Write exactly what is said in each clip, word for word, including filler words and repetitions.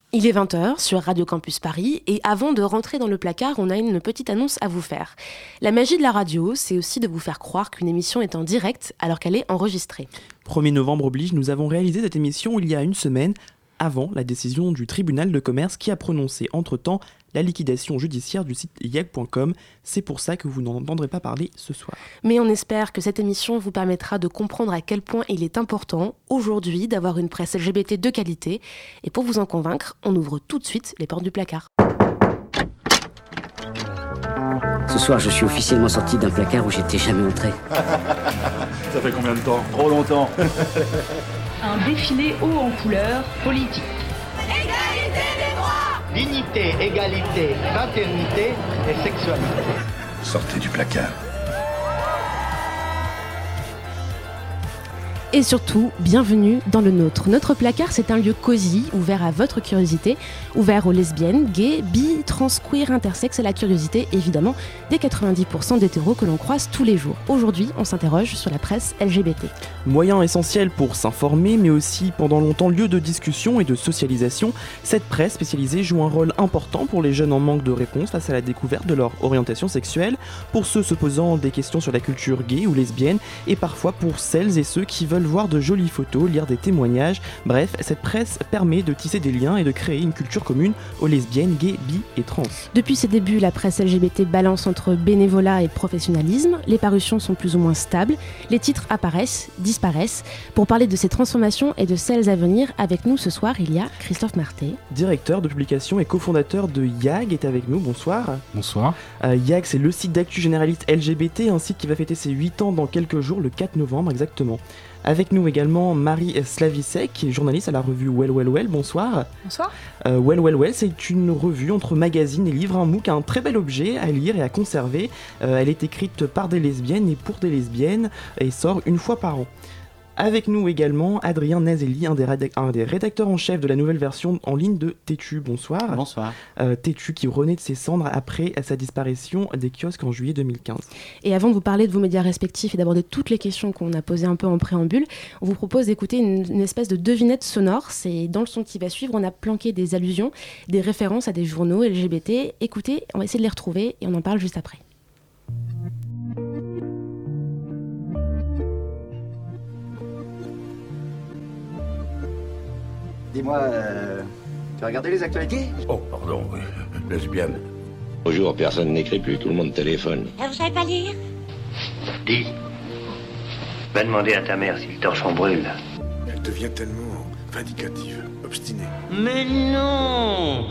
Il est vingt heures sur Radio Campus Paris et avant de rentrer dans le placard, on a une petite annonce à vous faire. La magie de la radio, c'est aussi de vous faire croire qu'une émission est en direct alors qu'elle est enregistrée. premier novembre oblige, nous avons réalisé cette émission il y a une semaine avant la décision du tribunal de commerce qui a prononcé entre-temps la liquidation judiciaire du site yag point com. C'est pour ça que vous n'en entendrez pas parler ce soir. Mais on espère que cette émission vous permettra de comprendre à quel point il est important, aujourd'hui, d'avoir une presse L G B T de qualité. Et pour vous en convaincre, on ouvre tout de suite les portes du placard. Ce soir, je suis officiellement sorti d'un placard où j'étais jamais entré. Ça fait combien de temps ? Trop longtemps. Un défilé haut en couleur politique. Égalité des droits ! Dignité, égalité, fraternité et sexualité. Sortez du placard. Et surtout, bienvenue dans le nôtre. Notre placard, c'est un lieu cosy, ouvert à votre curiosité, ouvert aux lesbiennes, gays, bi, trans, queer, intersexes et la curiosité, évidemment, des quatre-vingt-dix pour cent d'hétéros que l'on croise tous les jours. Aujourd'hui, on s'interroge sur la presse L G B T. Moyen essentiel pour s'informer, mais aussi pendant longtemps lieu de discussion et de socialisation, cette presse spécialisée joue un rôle important pour les jeunes en manque de réponse face à la découverte de leur orientation sexuelle, pour ceux se posant des questions sur la culture gay ou lesbienne, et parfois pour celles et ceux qui veulent voir de jolies photos, lire des témoignages. Bref, cette presse permet de tisser des liens et de créer une culture commune aux lesbiennes, gays, bi et trans. Depuis ses débuts, la presse L G B T balance entre bénévolat et professionnalisme. Les parutions sont plus ou moins stables. Les titres apparaissent, disparaissent. Pour parler de ces transformations et de celles à venir, avec nous ce soir, il y a Christophe Marté. Directeur de publication et cofondateur de YAG est avec nous. Bonsoir. Bonsoir. Euh, YAG, c'est le site d'actu généraliste L G B T, un site qui va fêter ses huit ans dans quelques jours, le quatre novembre exactement. Avec nous également Marie Slavisek, journaliste à la revue Well Well Well. Bonsoir. Bonsoir. Euh, Well Well Well, c'est une revue entre magazines et livres, un MOOC, un très bel objet à lire et à conserver. Euh, elle est écrite par des lesbiennes et pour des lesbiennes et sort une fois par an. Avec nous également Adrien Nazelli, un des, rédac- un des rédacteurs en chef de la nouvelle version en ligne de Tétu. Bonsoir. Bonsoir. Euh, Tétu qui renaît de ses cendres après sa disparition des kiosques en juillet deux mille quinze. Et avant de vous parler de vos médias respectifs et d'aborder toutes les questions qu'on a posées un peu en préambule, on vous propose d'écouter une, une espèce de devinette sonore. C'est dans le son qui va suivre, on a planqué des allusions, des références à des journaux L G B T. Écoutez, on va essayer de les retrouver et on en parle juste après. Dis-moi, euh, tu as regardé les actualités ? Oh, pardon, oui. Lesbienne. Bonjour, personne n'écrit plus, tout le monde téléphone. Ah, vous savez pas lire ? Dis, va demander à ta mère si le torchon brûle. Elle devient tellement vindicative, obstinée. Mais non!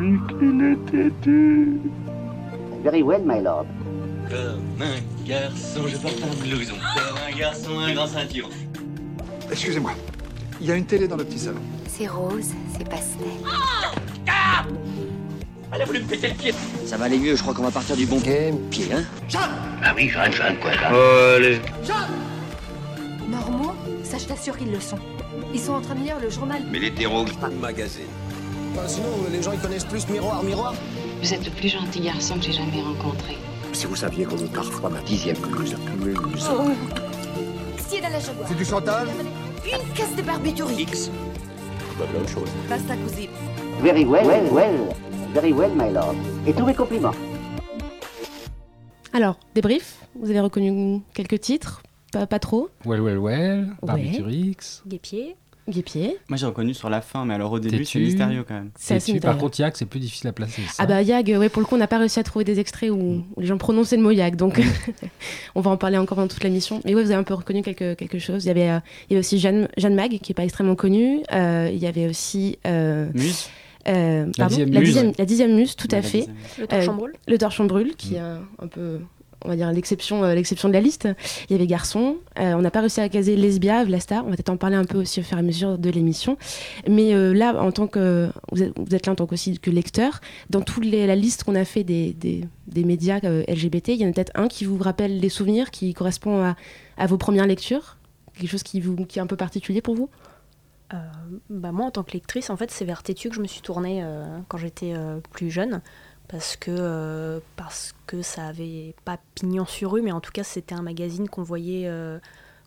Very well, my lord. Comme un garçon, je porte un blouson. Comme un garçon, un grand ceinturon. Excusez-moi, il y a une télé dans le petit salon. C'est rose, c'est pastel. Ah ah Elle a voulu me péter le pied. Ça va aller mieux, je crois qu'on va partir du bon pied, hein? Ah oui, Jeanne, Jeanne, quoi, là. Oh, allez. Normaux, ça je t'assure qu'ils le sont. Ils sont en train de lire le journal. Mais l'hétéro... Magazine. Enfin, sinon, les gens ils connaissent plus miroir, miroir. Vous êtes le plus gentil garçon que j'ai jamais rencontré. Si vous saviez qu'on est parfois ma dixième plus plus. Oh. C'est de la jaguar. C'est du Chantal. Une caisse de barbiturique. X. Pas plein de choses. Basta così. Very well, well, well. Very well, my lord. Et tous mes compliments. Alors, débrief, vous avez reconnu quelques titres, pas, pas trop. Well, well, well, Ouais. Barbiturix. Guépier. Guépier. Moi j'ai reconnu sur la fin, mais alors au début Tétu. c'est mystérieux quand même. C'est assez Tétu, par mystérieux. contre, Yag, c'est plus difficile à placer. Ça. Ah bah Yag, ouais, pour le coup, on n'a pas réussi à trouver des extraits où, où les gens prononçaient le mot Yag, donc on va en parler encore pendant toute l'émission. Mais ouais, vous avez un peu reconnu quelque, quelque chose. Il y avait, euh, il y avait aussi Jeanne, Jeanne Mag, qui n'est pas extrêmement connue. Euh, il y avait aussi... Euh, Muse. euh, La pardon, dixième la muse. dixième, la dixième muse, tout Ouais, à la fait. dixième. Le torchon brûle. Le torchon brûle, qui est un, un peu... on va dire l'exception, euh, l'exception de la liste. Il y avait Garçon. Euh, on n'a pas réussi à caser Lesbia, Vlastar. On va peut-être en parler un peu aussi au fur et à mesure de l'émission. Mais euh, là, en tant que vous êtes, vous êtes là en tant qu'aussi que lecteur, dans toute les, la liste qu'on a fait des, des, des médias euh, L G B T, il y en a peut-être un qui vous rappelle des souvenirs, qui correspond à, à vos premières lectures, quelque chose qui, vous, qui est un peu particulier pour vous. Euh, bah moi, en tant que lectrice, en fait, c'est vers Tétu que je me suis tournée euh, quand j'étais euh, plus jeune. Parce que, euh, parce que ça avait pas pignon sur rue, mais en tout cas c'était un magazine qu'on voyait, euh,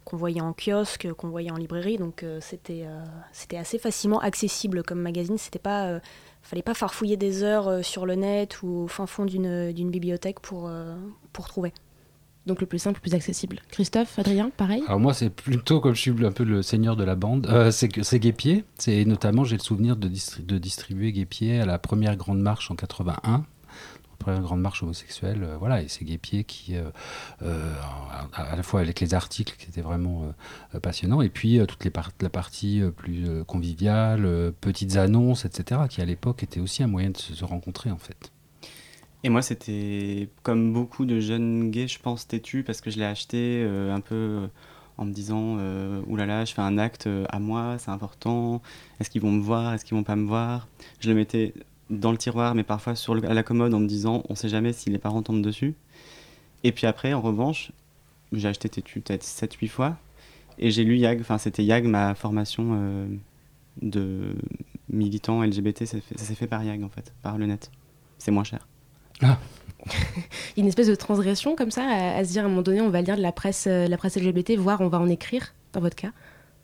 qu'on voyait en kiosque, qu'on voyait en librairie, donc euh, c'était, euh, c'était assez facilement accessible comme magazine. C'était pas, euh, fallait pas farfouiller des heures euh, sur le net ou au fin fond d'une, d'une bibliothèque pour, euh, pour trouver. Donc le plus simple, le plus accessible. Christophe, Adrien, pareil ? Alors moi, c'est plutôt comme je suis un peu le seigneur de la bande, euh, c'est, c'est Guêpier. C'est, notamment, j'ai le souvenir de, distri- de distribuer Guêpier à la première grande marche en quatre-vingt-un. Première grande marche homosexuelle, euh, voilà, et c'est Guêpier qui, euh, euh, à, à la fois avec les articles qui étaient vraiment euh, passionnants, et puis euh, toute les par- la partie euh, plus euh, conviviale, euh, petites annonces, et cetera, qui à l'époque était aussi un moyen de se, se rencontrer en fait. Et moi, c'était comme beaucoup de jeunes gays, je pense, têtus, parce que je l'ai acheté euh, un peu euh, en me disant euh, « Oulala, je fais un acte euh, à moi, c'est important, est-ce qu'ils vont me voir, est-ce qu'ils vont pas me voir ?» Je le mettais dans le tiroir, mais parfois sur le, à la commode en me disant on sait jamais si les parents tombent dessus. Et puis après, en revanche, j'ai acheté Tétu peut-être sept huit fois, et j'ai lu Yag, enfin c'était Yag, ma formation euh, de militant L G B T, ça, fait, ça s'est fait par Yag en fait, par le net. C'est moins cher. Ah. Il y a une espèce de transgression comme ça, à, à se dire à un moment donné on va lire de la presse, euh, la presse L G B T, voire on va en écrire, dans votre cas ?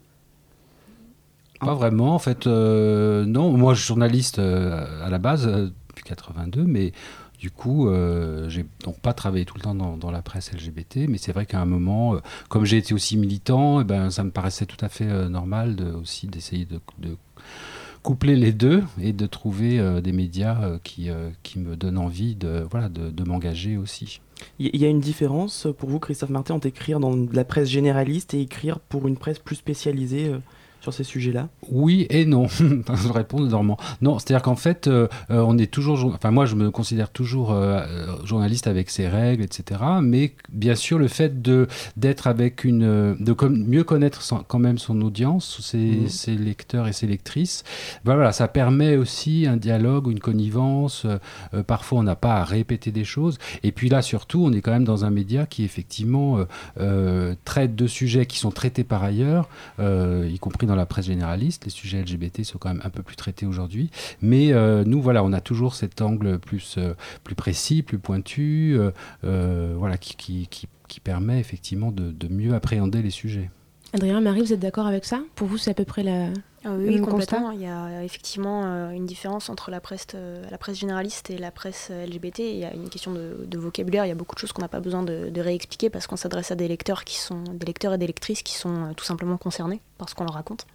Pas vraiment, en fait, euh, non. Moi, je suis journaliste euh, à la base, euh, depuis quatre-vingt-deux, mais du coup, euh, j'ai donc pas travaillé tout le temps dans, dans la presse L G B T, mais c'est vrai qu'à un moment, euh, comme j'ai été aussi militant, eh ben, ça me paraissait tout à fait euh, normal de, aussi d'essayer de, de coupler les deux et de trouver euh, des médias euh, qui, euh, qui me donnent envie de, voilà, de, de m'engager aussi. Il y a une différence pour vous, Christophe Martin, entre écrire dans la presse généraliste et écrire pour une presse plus spécialisée euh... sur ces sujets-là ? Oui et non. Je réponds normand. Non, c'est-à-dire qu'en fait, euh, on est toujours... Enfin, moi, je me considère toujours euh, journaliste avec ses règles, et cetera. Mais bien sûr, le fait de, d'être avec une... de com- mieux connaître son, quand même son audience, ses, mmh. ses lecteurs et ses lectrices, ben voilà, ça permet aussi un dialogue, une connivence. Euh, parfois, on n'a pas à répéter des choses. Et puis là, surtout, on est quand même dans un média qui, effectivement, euh, euh, traite de sujets qui sont traités par ailleurs, euh, y compris dans la presse généraliste. Les sujets L G B T sont quand même un peu plus traités aujourd'hui, mais euh, nous voilà, on a toujours cet angle plus euh, plus précis, plus pointu, euh, euh, voilà, qui, qui qui qui permet effectivement de, de mieux appréhender les sujets. Adrien, Marie, vous êtes d'accord avec ça ? Pour vous, c'est à peu près la ah oui, oui complètement. Il y a effectivement euh, une différence entre la presse, euh, la presse généraliste et la presse L G B T. Il y a une question de, de vocabulaire. Il y a beaucoup de choses qu'on n'a pas besoin de, de réexpliquer parce qu'on s'adresse à des lecteurs qui sont des lecteurs et des lectrices qui sont euh, tout simplement concernés par ce qu'on leur raconte.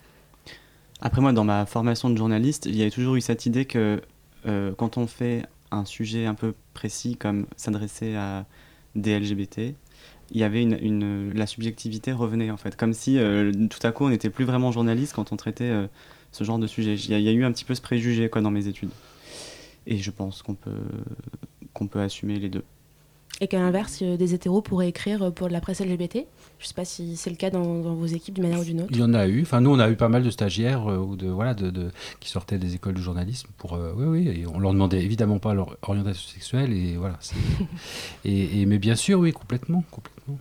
Après moi, dans ma formation de journaliste, il y a toujours eu cette idée que euh, quand on fait un sujet un peu précis comme s'adresser à des L G B T, il y avait une, une, la subjectivité revenait en fait, comme si euh, tout à coup on n'était plus vraiment journaliste quand on traitait euh, ce genre de sujet. Il y, a, il y a eu un petit peu ce préjugé quoi, dans mes études. Et je pense qu'on peut, qu'on peut assumer les deux. Et qu'à l'inverse, des hétéros pourraient écrire pour de la presse L G B T ? Je ne sais pas si c'est le cas dans, dans vos équipes d'une manière ou d'une autre. Il y en a eu. Enfin, nous, on a eu pas mal de stagiaires euh, ou de, voilà, de, de, qui sortaient des écoles de journalisme. Pour, euh, oui, oui, et on leur demandait évidemment pas leur orientation sexuelle. Et, voilà, c'est... et, et, mais bien sûr, oui, complètement. complètement.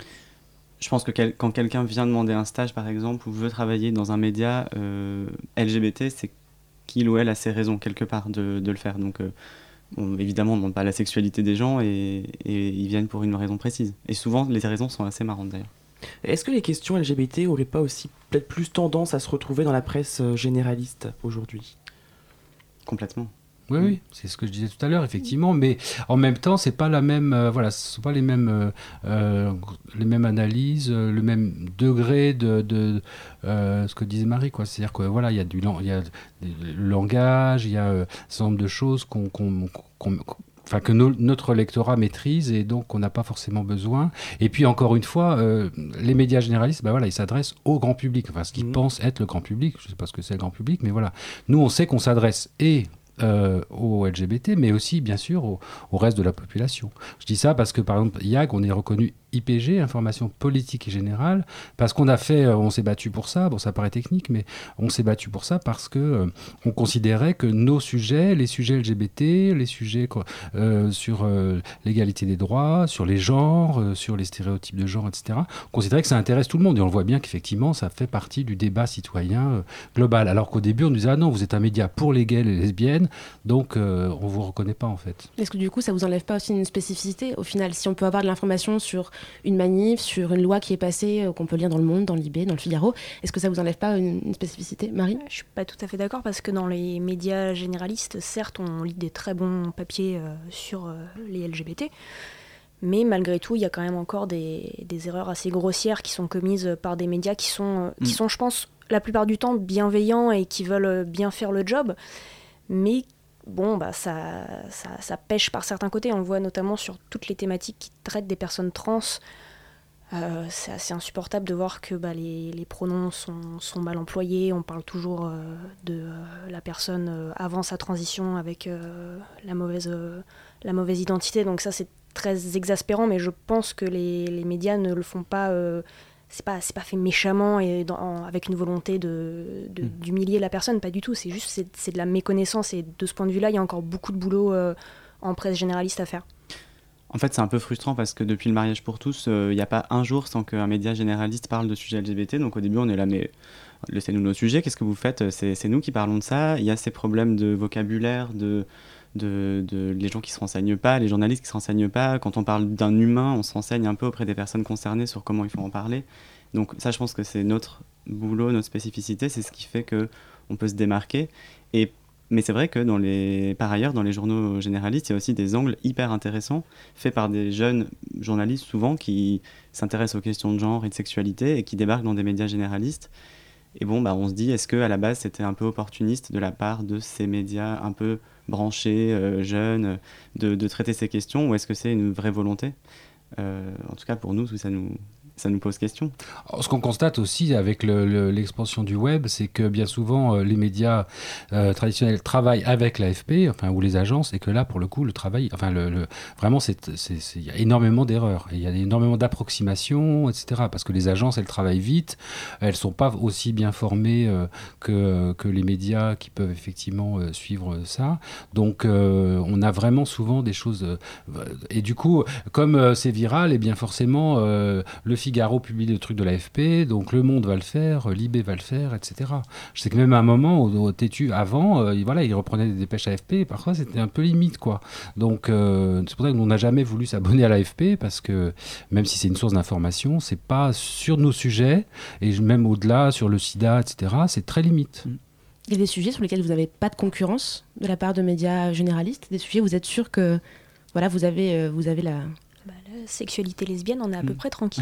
Je pense que quel, quand quelqu'un vient demander un stage, par exemple, ou veut travailler dans un média euh, L G B T, c'est qu'il ou elle a ses raisons, quelque part, de, de le faire. Donc... Euh, Bon, évidemment, on ne demande pas la sexualité des gens et, et ils viennent pour une raison précise. Et souvent, les raisons sont assez marrantes d'ailleurs. Est-ce que les questions L G B T n'auraient pas aussi peut-être plus tendance à se retrouver dans la presse généraliste aujourd'hui ? Complètement. Oui, oui, c'est ce que je disais tout à l'heure, effectivement, mais en même temps, c'est pas la même, euh, voilà, ce sont pas les mêmes, euh, euh, les mêmes analyses, euh, le même degré de, de euh, ce que disait Marie, quoi. C'est-à-dire que voilà, il y a du, il y a le langage, il y a euh, un certain nombre de choses qu'on, qu'on, qu'on, qu'on Enfin, que no- notre lectorat maîtrise et donc on n'a pas forcément besoin. Et puis encore une fois, euh, les médias généralistes, ben voilà, ils s'adressent au grand public, enfin ce qu'ils mmh. pensent être le grand public. Je ne sais pas ce que c'est le grand public, mais voilà. Nous, on sait qu'on s'adresse et Euh, aux L G B T, mais aussi bien sûr au, au reste de la population. Je dis ça parce que par exemple Yag, on est reconnu I P G, information politique et générale, parce qu'on a fait, on s'est battu pour ça. Bon, ça paraît technique, mais on s'est battu pour ça parce que euh, on considérait que nos sujets, les sujets L G B T, les sujets quoi, euh, sur euh, l'égalité des droits, sur les genres, euh, sur les stéréotypes de genre, et cetera, on considérait que ça intéresse tout le monde et on le voit bien qu'effectivement ça fait partie du débat citoyen euh, global. Alors qu'au début on nous disait ah non, vous êtes un média pour les gays et les lesbiennes, donc euh, on vous reconnaît pas en fait. Est-ce que du coup ça vous enlève pas aussi une spécificité au final, si on peut avoir de l'information sur une manif, sur une loi qui est passée, euh, qu'on peut lire dans Le Monde, dans l'I B, dans Le Figaro. Est-ce que ça vous enlève pas une, une spécificité, Marie ? Je suis pas tout à fait d'accord parce que dans les médias généralistes, certes, on lit des très bons papiers euh, sur euh, les L G B T, mais malgré tout, il y a quand même encore des, des erreurs assez grossières qui sont commises par des médias qui sont, qui sont, je pense, la plupart du temps bienveillants et qui veulent bien faire le job, mais bon, bah, ça, ça, ça pêche par certains côtés. On le voit notamment sur toutes les thématiques qui traitent des personnes trans. Euh, c'est assez insupportable de voir que bah, les, les pronoms sont, sont mal employés. On parle toujours euh, de euh, la personne euh, avant sa transition avec euh, la, mauvaise, euh, la mauvaise identité. Donc ça, c'est très exaspérant, mais je pense que les, les médias ne le font pas... Euh, c'est pas, c'est pas fait méchamment et dans, en, avec une volonté de, de, mmh. d'humilier la personne, pas du tout. C'est juste c'est, c'est de la méconnaissance et de ce point de vue-là, il y a encore beaucoup de boulot euh, en presse généraliste à faire. En fait, c'est un peu frustrant parce que depuis le mariage pour tous, il euh, n'y a pas un jour sans qu'un média généraliste parle de sujets L G B T. Donc au début, on est là, mais laissez-nous nos sujets, qu'est-ce que vous faites ? c'est, c'est nous qui parlons de ça. Il y a ces problèmes de vocabulaire, de... De, de les gens qui ne se renseignent pas, les journalistes qui ne se renseignent pas. Quand on parle d'un humain, on se renseigne un peu auprès des personnes concernées sur comment il faut en parler. Donc ça, je pense que c'est notre boulot, notre spécificité, c'est ce qui fait qu'on peut se démarquer. Et, mais c'est vrai que dans les, par ailleurs, dans les journaux généralistes, il y a aussi des angles hyper intéressants faits par des jeunes journalistes, souvent, qui s'intéressent aux questions de genre et de sexualité et qui débarquent dans des médias généralistes. Et bon, bah, on se dit, est-ce qu'à la base, c'était un peu opportuniste de la part de ces médias un peu branchés, euh, jeunes, de, de traiter ces questions, ou est-ce que c'est une vraie volonté ? euh, En tout cas, pour nous, ça nous, ça nous pose question. Alors, ce qu'on constate aussi avec le, le, l'expansion du web, c'est que bien souvent, euh, les médias euh, traditionnels travaillent avec l'A F P, enfin, ou les agences, et que là, pour le coup, le travail, enfin, le, le, vraiment, c'est, c'est, c'est, y a énormément d'erreurs, il y a énormément d'approximations, et cetera. Parce que les agences, elles travaillent vite, elles ne sont pas aussi bien formées euh, que, que les médias qui peuvent effectivement euh, suivre ça. Donc, euh, on a vraiment souvent des choses... Euh, et du coup, comme euh, c'est viral, et bien forcément, euh, le Figaro publie le truc de l'A F P, donc Le Monde va le faire, l'I B va le faire, et cetera. Je sais que même à un moment, au, au Tétu, avant, euh, voilà, ils reprenaient des dépêches A F P, et parfois c'était un peu limite, quoi. Donc euh, c'est pour ça qu'on n'a jamais voulu s'abonner à l'A F P, parce que même si c'est une source d'information, c'est pas sur nos sujets, et même au-delà, sur le sida, et cetera, c'est très limite. Il y a des sujets sur lesquels vous n'avez pas de concurrence de la part de médias généralistes, des sujets où vous êtes sûr que voilà, vous avez, euh, vous avez la... Bah, la sexualité lesbienne, on est à peu près tranquille.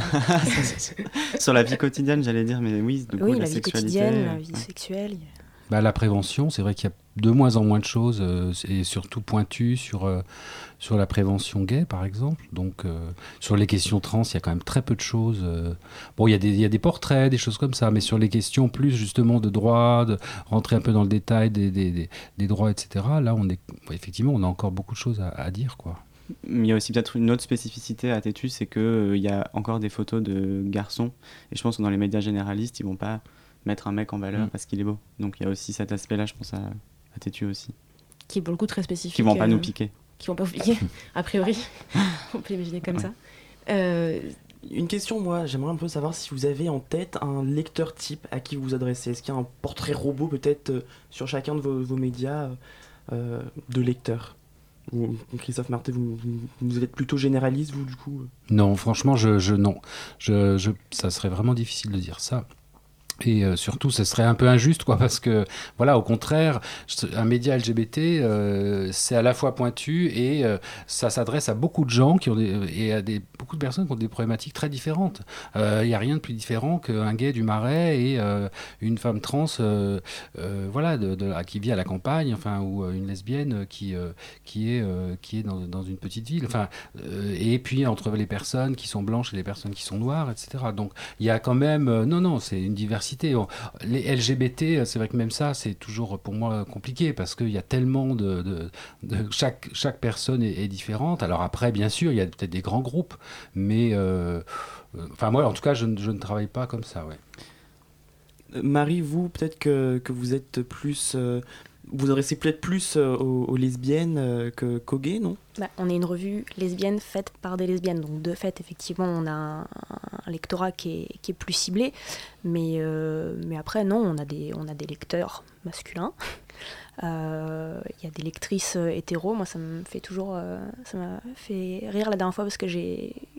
Sur la vie quotidienne, j'allais dire, mais oui, de oui, coup, la, la vie sexualité, quotidienne, la vie ouais. sexuelle. Bah, la prévention, c'est vrai qu'il y a de moins en moins de choses, euh, et surtout pointues sur, euh, sur la prévention gay, par exemple. Donc, euh, sur les questions trans, il y a quand même très peu de choses. Euh, bon, il y a des, il y a des portraits, des choses comme ça, mais sur les questions plus, justement, de droit, de rentrer un peu dans le détail des, des, des, des droits, et cetera, là, on est, effectivement, on a encore beaucoup de choses à, à dire, quoi. Il y a aussi peut-être une autre spécificité à Tétu, c'est qu'il euh, y a encore des photos de garçons. Et je pense que dans les médias généralistes, ils ne vont pas mettre un mec en valeur mmh. parce qu'il est beau. Donc il y a aussi cet aspect-là, je pense, à, à Tétu aussi. Qui est pour le coup très spécifique. Qui ne vont pas euh, nous piquer. Qui ne vont pas vous piquer, a priori. On peut l'imaginer comme ouais. ça. Euh... Une question, moi, j'aimerais un peu savoir si vous avez en tête un lecteur type à qui vous vous adressez. Est-ce qu'il y a un portrait robot peut-être euh, sur chacun de vos, vos médias euh, de lecteurs ? Ou, Christophe Marté, vous, vous, vous êtes plutôt généraliste, vous, du coup ? Non, franchement, je, je, non. Je, je, ça serait vraiment difficile de dire ça. Et euh, surtout, ce serait un peu injuste, quoi, parce que, voilà, au contraire, un média L G B T, euh, c'est à la fois pointu et euh, ça s'adresse à beaucoup de gens qui ont des, et à des, beaucoup de personnes qui ont des problématiques très différentes. Il euh, n'y a rien de plus différent qu'un gay du Marais et euh, une femme trans, euh, euh, voilà, de, de, qui vit à la campagne, enfin, ou une lesbienne qui, euh, qui est, euh, qui est dans, dans une petite ville. Enfin, euh, et puis, entre les personnes qui sont blanches et les personnes qui sont noires, et cetera. Donc, il y a quand même... Euh, non, non, c'est une diversité. Les L G B T, c'est vrai que même ça, c'est toujours pour moi compliqué parce qu'il y a tellement de... de, de chaque, chaque personne est, est différente. Alors après, bien sûr, il y a peut-être des grands groupes, mais... Euh, enfin, moi, en tout cas, je, je ne travaille pas comme ça, ouais. Marie, vous, peut-être que, que vous êtes plus... Euh, vous adressez peut-être plus euh, aux, aux lesbiennes euh, que, qu'aux gays, non ? Bah, on est une revue lesbienne faite par des lesbiennes. Donc, de fait, effectivement, on a un, un lectorat qui est, qui est plus ciblé. Mais, euh, mais après, non, on a des, on a des lecteurs masculins. Il euh, y a des lectrices hétéros. Moi, ça me fait toujours... Euh, ça m'a fait rire la dernière fois parce que j'ai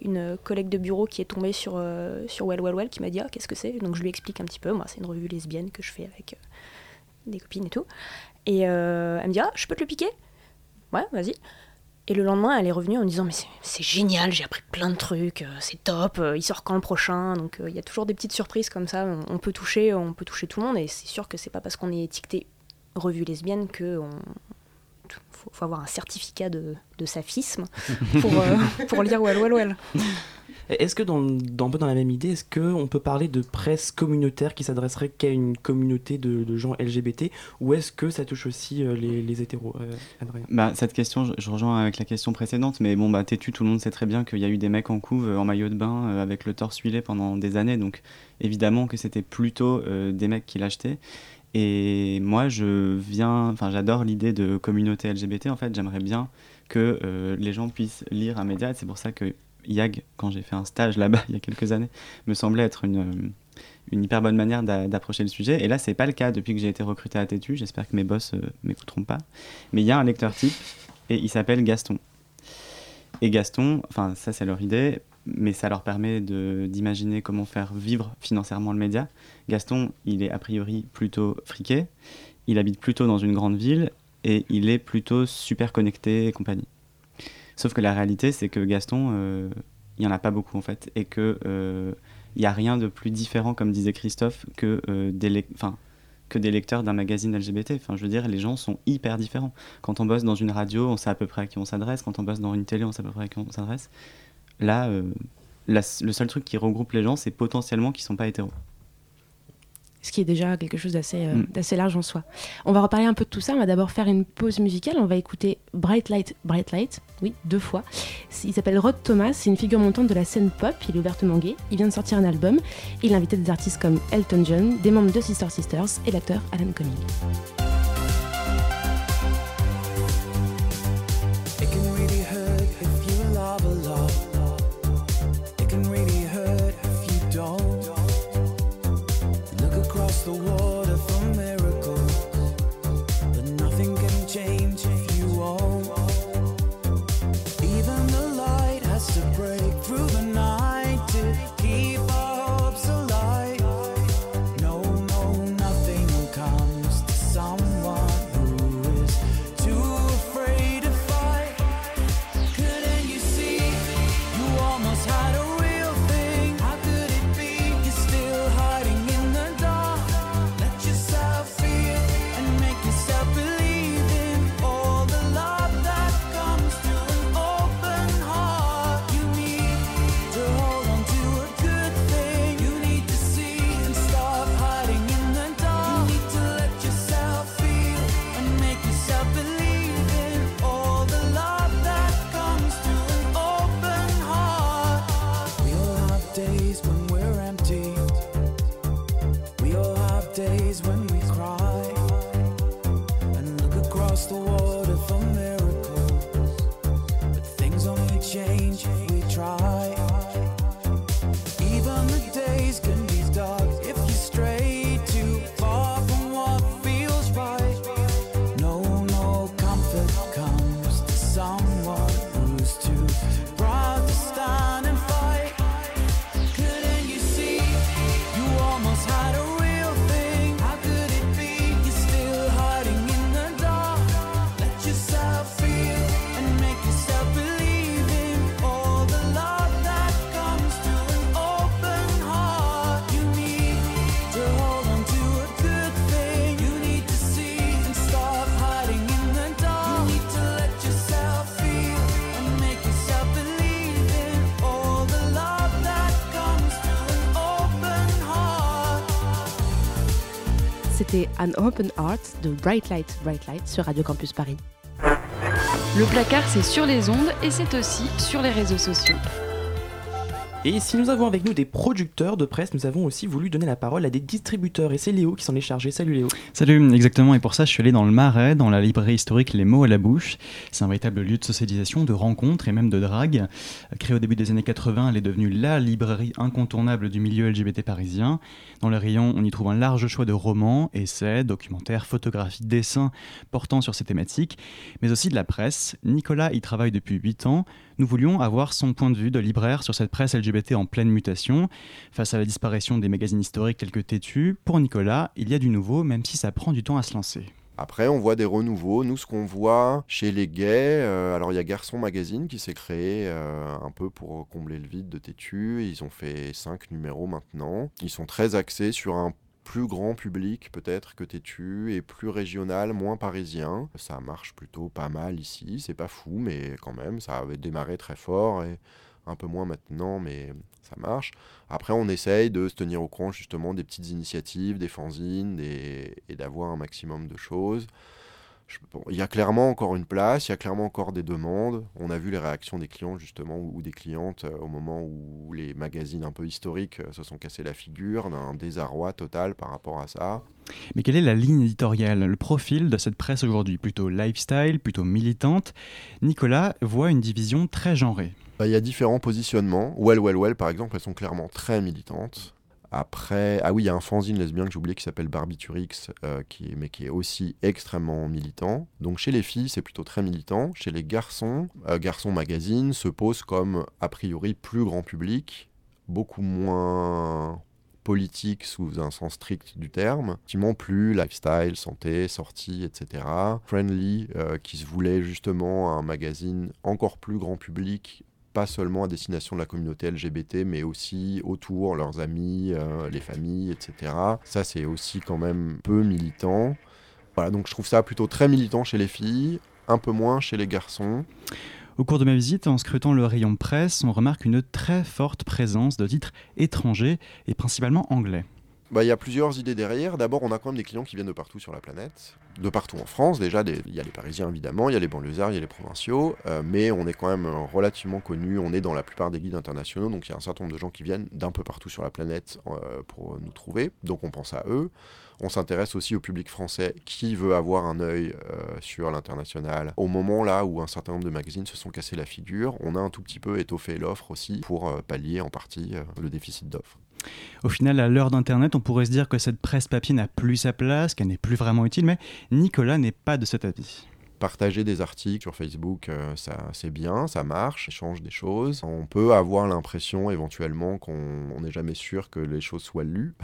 une collègue de bureau qui est tombée sur, euh, sur Well Well Well qui m'a dit ah, qu'est-ce que c'est, donc je lui explique un petit peu. Moi, c'est une revue lesbienne que je fais avec euh, des copines et tout. Et euh, elle me dit ah, je peux te le piquer ? Ouais, vas-y. Et le lendemain, elle est revenue en me disant mais c'est, c'est génial, j'ai appris plein de trucs, euh, c'est top, euh, il sort quand le prochain ? Donc il euh, y a toujours des petites surprises comme ça, on, on peut toucher, on peut toucher tout le monde, et c'est sûr que c'est pas parce qu'on est étiqueté revue lesbienne que on faut, faut avoir un certificat de, de saphisme pour, euh, pour lire Well Well Well. Est-ce que dans, dans un peu dans la même idée, est-ce qu'on peut parler de presse communautaire qui s'adresserait qu'à une communauté de, de gens L G B T, ou est-ce que ça touche aussi euh, les, les hétéros, euh, Adrien ? Bah, cette question, je, je rejoins avec la question précédente, mais bon, bah, têtu, tout le monde sait très bien qu'il y a eu des mecs en couve euh, en maillot de bain euh, avec le torse huilé pendant des années, donc évidemment que c'était plutôt euh, des mecs qui l'achetaient. Et moi, je viens, enfin, j'adore l'idée de communauté L G B T. En fait, j'aimerais bien que euh, les gens puissent lire un média. Et c'est pour ça que Y A G, quand j'ai fait un stage là-bas il y a quelques années, me semblait être une, une hyper bonne manière d'a, d'approcher le sujet. Et là, c'est pas le cas depuis que j'ai été recruté à Tétu. J'espère que mes boss euh, m'écouteront pas. Mais il y a un lecteur type et il s'appelle Gaston. Et Gaston, enfin, ça c'est leur idée, mais ça leur permet de, d'imaginer comment faire vivre financièrement le média. Gaston, il est a priori plutôt friqué, il habite plutôt dans une grande ville et il est plutôt super connecté et compagnie. Sauf que la réalité, c'est que Gaston, euh, il n'y en a pas beaucoup en fait, et qu'il euh, n'y a rien de plus différent, comme disait Christophe, que, euh, des, le- que des lecteurs d'un magazine L G B T. Enfin, je veux dire, les gens sont hyper différents. Quand on bosse dans une radio, on sait à peu près à qui on s'adresse. Quand on bosse dans une télé, on sait à peu près à qui on s'adresse. Là, euh, la, le seul truc qui regroupe les gens, c'est potentiellement qu'ils ne sont pas hétéros. Ce qui est déjà quelque chose d'assez, euh, Mm. d'assez large en soi. On va reparler un peu de tout ça. On va d'abord faire une pause musicale. On va écouter Bright Light, Bright Light, oui, deux fois. C'est- Il s'appelle Rod Thomas. C'est une figure montante de la scène pop. Il est ouvertement gay. Il vient de sortir un album. Il a invité des artistes comme Elton John, des membres de Sister Sisters et l'acteur Alan Cumming. It can really hurt if you love a lot. It can really hurt if you don't. Look across the water for miracles, but nothing can change if you won't. Even the light has to break through the night to keep our hopes alive. No, no, nothing comes to someone who is too afraid to fight. Couldn't you see? You almost had a real thing. How could it be? You're still hiding in the dark. Let yourself feel and make yourself believe in all the love that comes to an open heart. You need to hold on to a good thing. You need to see and stop hiding in the dark. You need to let yourself feel and make yourself believe in all the love that comes to an open heart. We all have days when we're empty. We all have days when we cry and look across the water for miracles. But things only change if we try. Even the days can be dark if you stray too far from what feels right. No, no comfort comes to someone who's too proud to stand and fight. Couldn't you see? You almost had a real thing. How could it be? You're still hiding in the dark. Let yourself feel and make yourself believe in all the love that comes to an open heart. You need to hold on to a good thing. You need to see and stop hiding in the dark. You need to let yourself feel and make yourself believe in all the love that comes to an open heart. C'était An Open Heart de Bright Light, Bright Light sur Radio Campus Paris. Le placard, c'est sur les ondes et c'est aussi sur les réseaux sociaux. Et si nous avons avec nous des producteurs de presse, nous avons aussi voulu donner la parole à des distributeurs. Et c'est Léo qui s'en est chargé. Salut Léo. Salut, exactement. Et pour ça, je suis allé dans le Marais, dans la librairie historique Les Mots à la Bouche. C'est un véritable lieu de socialisation, de rencontre et même de drague. Créée au début des années quatre-vingts, elle est devenue la librairie incontournable du milieu L G B T parisien. Dans le rayon, on y trouve un large choix de romans, essais, documentaires, photographies, dessins portant sur ces thématiques, mais aussi de la presse. Nicolas y travaille depuis huit ans. Nous voulions avoir son point de vue de libraire sur cette presse L G B T en pleine mutation. Face à la disparition des magazines historiques tels que Tétu, pour Nicolas, il y a du nouveau, même si ça prend du temps à se lancer. Après, on voit des renouveaux. Nous, ce qu'on voit chez les gays, euh, alors il y a Garçon Magazine qui s'est créé euh, un peu pour combler le vide de Tétu. Ils ont fait cinq numéros maintenant. Ils sont très axés sur un plus grand public peut-être que Tétu et plus régional, moins parisien. Ça marche plutôt pas mal ici. C'est pas fou, mais quand même, ça avait démarré très fort et un peu moins maintenant, mais ça marche. Après, on essaye de se tenir au courant justement des petites initiatives, des fanzines des... et d'avoir un maximum de choses. Je... Bon, il y a clairement encore une place, il y a clairement encore des demandes. On a vu les réactions des clients justement ou des clientes euh, au moment où les magazines un peu historiques euh, se sont cassés la figure, d'un désarroi total par rapport à ça. Mais quelle est la ligne éditoriale, le profil de cette presse aujourd'hui? Plutôt lifestyle, plutôt militante? Nicolas voit une division très genrée. Il y a différents positionnements. Well, Well, Well, par exemple, elles sont clairement très militantes. Après, ah oui, il y a un fanzine lesbien que j'ai oublié qui s'appelle Barbiturix, euh, qui est, mais qui est aussi extrêmement militant. Donc chez les filles, c'est plutôt très militant. Chez les garçons, euh, Garçon Magazine se pose comme, a priori, plus grand public, beaucoup moins politique sous un sens strict du terme, effectivement plus lifestyle, santé, sortie, et cetera. Friendly, euh, qui se voulait justement un magazine encore plus grand public, pas seulement à destination de la communauté L G B T, mais aussi autour, leurs amis, euh, les familles, et cetera. Ça, c'est aussi quand même peu militant. Voilà, donc je trouve ça plutôt très militant chez les filles, un peu moins chez les garçons. Au cours de ma visite, en scrutant le rayon presse, on remarque une très forte présence de titres étrangers et principalement anglais. Bah, y a plusieurs idées derrière. D'abord, on a quand même des clients qui viennent de partout sur la planète. De partout en France, déjà, il y a les Parisiens évidemment, il y a les banlieusards, il y a les provinciaux, euh, mais on est quand même relativement connus, on est dans la plupart des guides internationaux, donc il y a un certain nombre de gens qui viennent d'un peu partout sur la planète euh, pour nous trouver, donc on pense à eux. On s'intéresse aussi au public français qui veut avoir un œil euh, sur l'international. Au moment là où un certain nombre de magazines se sont cassés la figure, on a un tout petit peu étoffé l'offre aussi pour euh, pallier en partie euh, le déficit d'offres. Au final, à l'heure d'Internet, on pourrait se dire que cette presse papier n'a plus sa place, qu'elle n'est plus vraiment utile, mais Nicolas n'est pas de cet avis. Partager des articles sur Facebook, euh, ça, c'est bien, ça marche, échange des choses. On peut avoir l'impression éventuellement qu'on n'est jamais sûr que les choses soient lues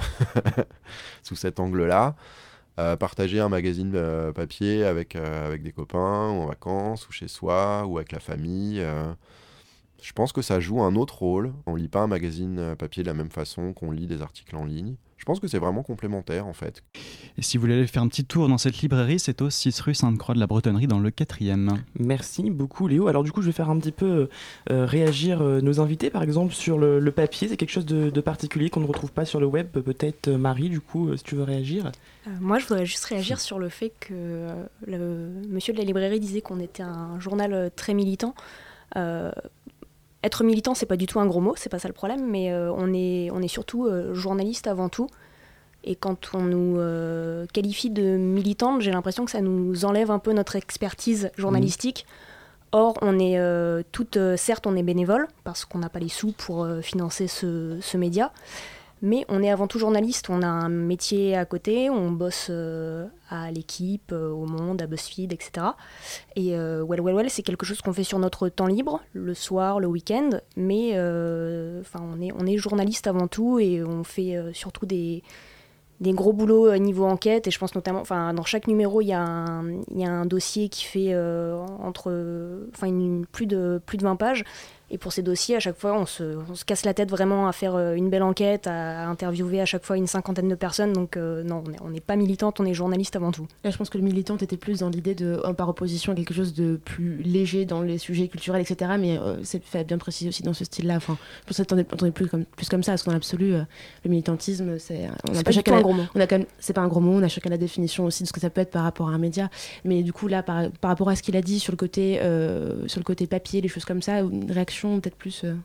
sous cet angle-là. Euh, partager un magazine euh, papier avec, euh, avec des copains, ou en vacances, ou chez soi, ou avec la famille... Euh, Je pense que ça joue un autre rôle. On lit pas un magazine papier de la même façon qu'on lit des articles en ligne. Je pense que c'est vraiment complémentaire en fait. Et si vous voulez aller faire un petit tour dans cette librairie, c'est au six rue Sainte-Croix de la Bretonnerie dans le quatrième. Merci beaucoup Léo. Alors du coup je vais faire un petit peu euh, réagir euh, nos invités par exemple sur le, le papier. C'est quelque chose de, de particulier qu'on ne retrouve pas sur le web. Peut-être euh, Marie du coup euh, si tu veux réagir. Euh, moi je voudrais juste réagir sur le fait que euh, le monsieur de la librairie disait qu'on était un journal euh, très militant. Euh, Être militant, c'est pas du tout un gros mot, c'est pas ça le problème, mais euh, on, est, on est surtout euh, journaliste avant tout. Et quand on nous euh, qualifie de militante, j'ai l'impression que ça nous enlève un peu notre expertise journalistique. Mmh. Or, on est euh, toutes, euh, certes, on est bénévole, parce qu'on n'a pas les sous pour euh, financer ce, ce média, mais on est avant tout journaliste, on a un métier à côté, on bosse euh, à l'équipe, euh, au Monde, à BuzzFeed, et cetera. Et euh, Well Well Well, c'est quelque chose qu'on fait sur notre temps libre, le soir, le week-end, mais euh, on, est, on est journaliste avant tout et on fait euh, surtout des, des gros boulots euh, niveau enquête. Et je pense notamment, dans chaque numéro, il y, y a un dossier qui fait euh, entre, une, plus, de, plus de vingt pages. Et pour ces dossiers, à chaque fois, on se, on se casse la tête vraiment à faire une belle enquête, à, à interviewer à chaque fois une cinquantaine de personnes. Donc euh, non, on n'est pas militante, on est journaliste avant tout. Là, je pense que le militante était plus dans l'idée de, par opposition à quelque chose de plus léger dans les sujets culturels, et cetera. Mais euh, c'est fait bien précis aussi dans ce style-là. Enfin, je pense qu'on est plus comme, plus comme ça, parce qu'en absolu, euh, le militantisme, c'est... On c'est pas chacun un gros mot. On a quand même, c'est pas un gros mot, on a chacun la définition aussi de ce que ça peut être par rapport à un média. Mais du coup, là, par, par rapport à ce qu'il a dit sur le côté, euh, sur le côté papier, les choses comme ça, une réaction peut-être plus... Euh,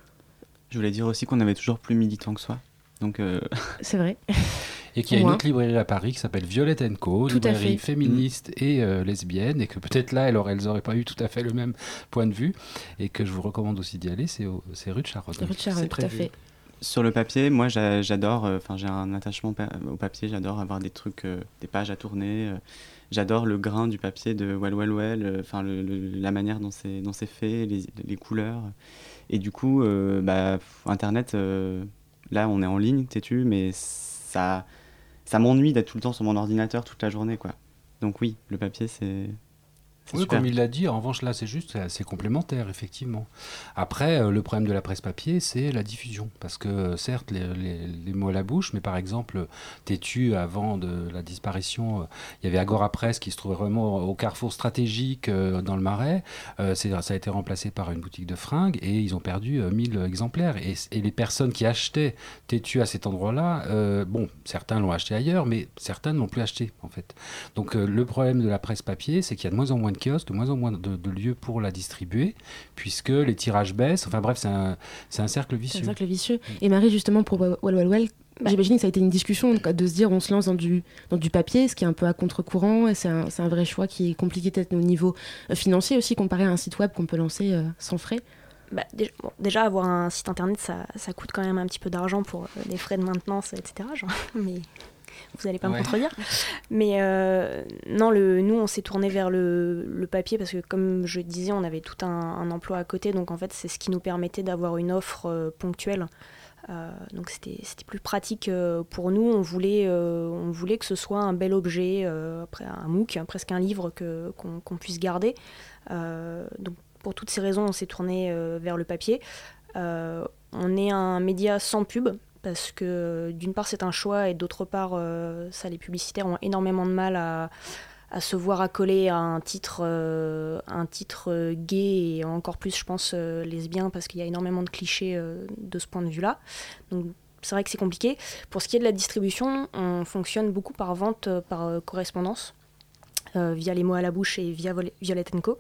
Je voulais dire aussi qu'on avait toujours plus militant que soi. Donc euh... C'est vrai. Et qu'il y a une autre librairie à Paris qui s'appelle Violette and Co, une librairie féministe mmh. et euh, lesbienne, et que peut-être là, elles n'auraient pas eu tout à fait le même point de vue, et que je vous recommande aussi d'y aller, c'est, au, c'est rue de Charonne. Rue de Charonne, tout à fait. Sur le papier, moi j'a- j'adore, enfin euh, j'ai un attachement pa- au papier, j'adore avoir des trucs, euh, des pages à tourner. Euh, j'adore le grain du papier de Well Well Well, enfin euh, le, le, la manière dont c'est, dont c'est fait, les, les couleurs. Et du coup, euh, bah, Internet, euh, là on est en ligne, t'es-tu, mais ça, ça m'ennuie d'être tout le temps sur mon ordinateur toute la journée, quoi. Donc oui, le papier c'est... Oui, super. comme il l'a dit, en revanche là c'est juste, c'est complémentaire effectivement. Après, euh, le problème de la presse papier, c'est la diffusion. Parce que euh, certes, les, les, les mots à la bouche, mais par exemple, Tétu, avant de la disparition, euh, il y avait Agora Presse qui se trouvait vraiment au carrefour stratégique euh, dans le Marais. Euh, c'est, ça a été remplacé par une boutique de fringues et ils ont perdu euh, mille exemplaires. Et, et les personnes qui achetaient Tétu à cet endroit-là, euh, bon, certains l'ont acheté ailleurs, mais certains ne l'ont plus acheté en fait. Donc euh, le problème de la presse papier, c'est qu'il y a de moins en moins de kiosques, de moins en moins de, de lieux pour la distribuer, puisque les tirages baissent. Enfin bref, c'est un, c'est un cercle vicieux. C'est un cercle vicieux. Et Marie, justement, pour Well Well Well, bah, j'imagine que ça a été une discussion de se dire on se lance dans du, dans du papier, ce qui est un peu à contre-courant, et c'est un, c'est un vrai choix qui est compliqué peut-être au niveau financier aussi, comparé à un site web qu'on peut lancer euh, sans frais. Bah, déjà, bon, déjà, avoir un site internet, ça, ça coûte quand même un petit peu d'argent pour euh, des frais de maintenance, et cetera. Genre, mais vous n'allez pas ouais. me contredire. Mais euh, non, le, nous, on s'est tourné vers le, le papier parce que, comme je disais, on avait tout un, un emploi à côté. Donc, en fait, c'est ce qui nous permettait d'avoir une offre euh, ponctuelle. Euh, donc, c'était, c'était plus pratique euh, pour nous. On voulait, euh, on voulait que ce soit un bel objet, euh, après un MOOC, presque un livre que, qu'on, qu'on puisse garder. Euh, donc, pour toutes ces raisons, on s'est tourné euh, vers le papier. Euh, on est un média sans pub. Parce que d'une part c'est un choix et d'autre part euh, ça, les publicitaires ont énormément de mal à, à se voir accoler à un titre, euh, un titre gay et encore plus je pense euh, lesbien parce qu'il y a énormément de clichés euh, de ce point de vue-là. Donc c'est vrai que c'est compliqué. Pour ce qui est de la distribution, on fonctionne beaucoup par vente, par euh, correspondance, euh, via les mots à la bouche et via Violet and Co.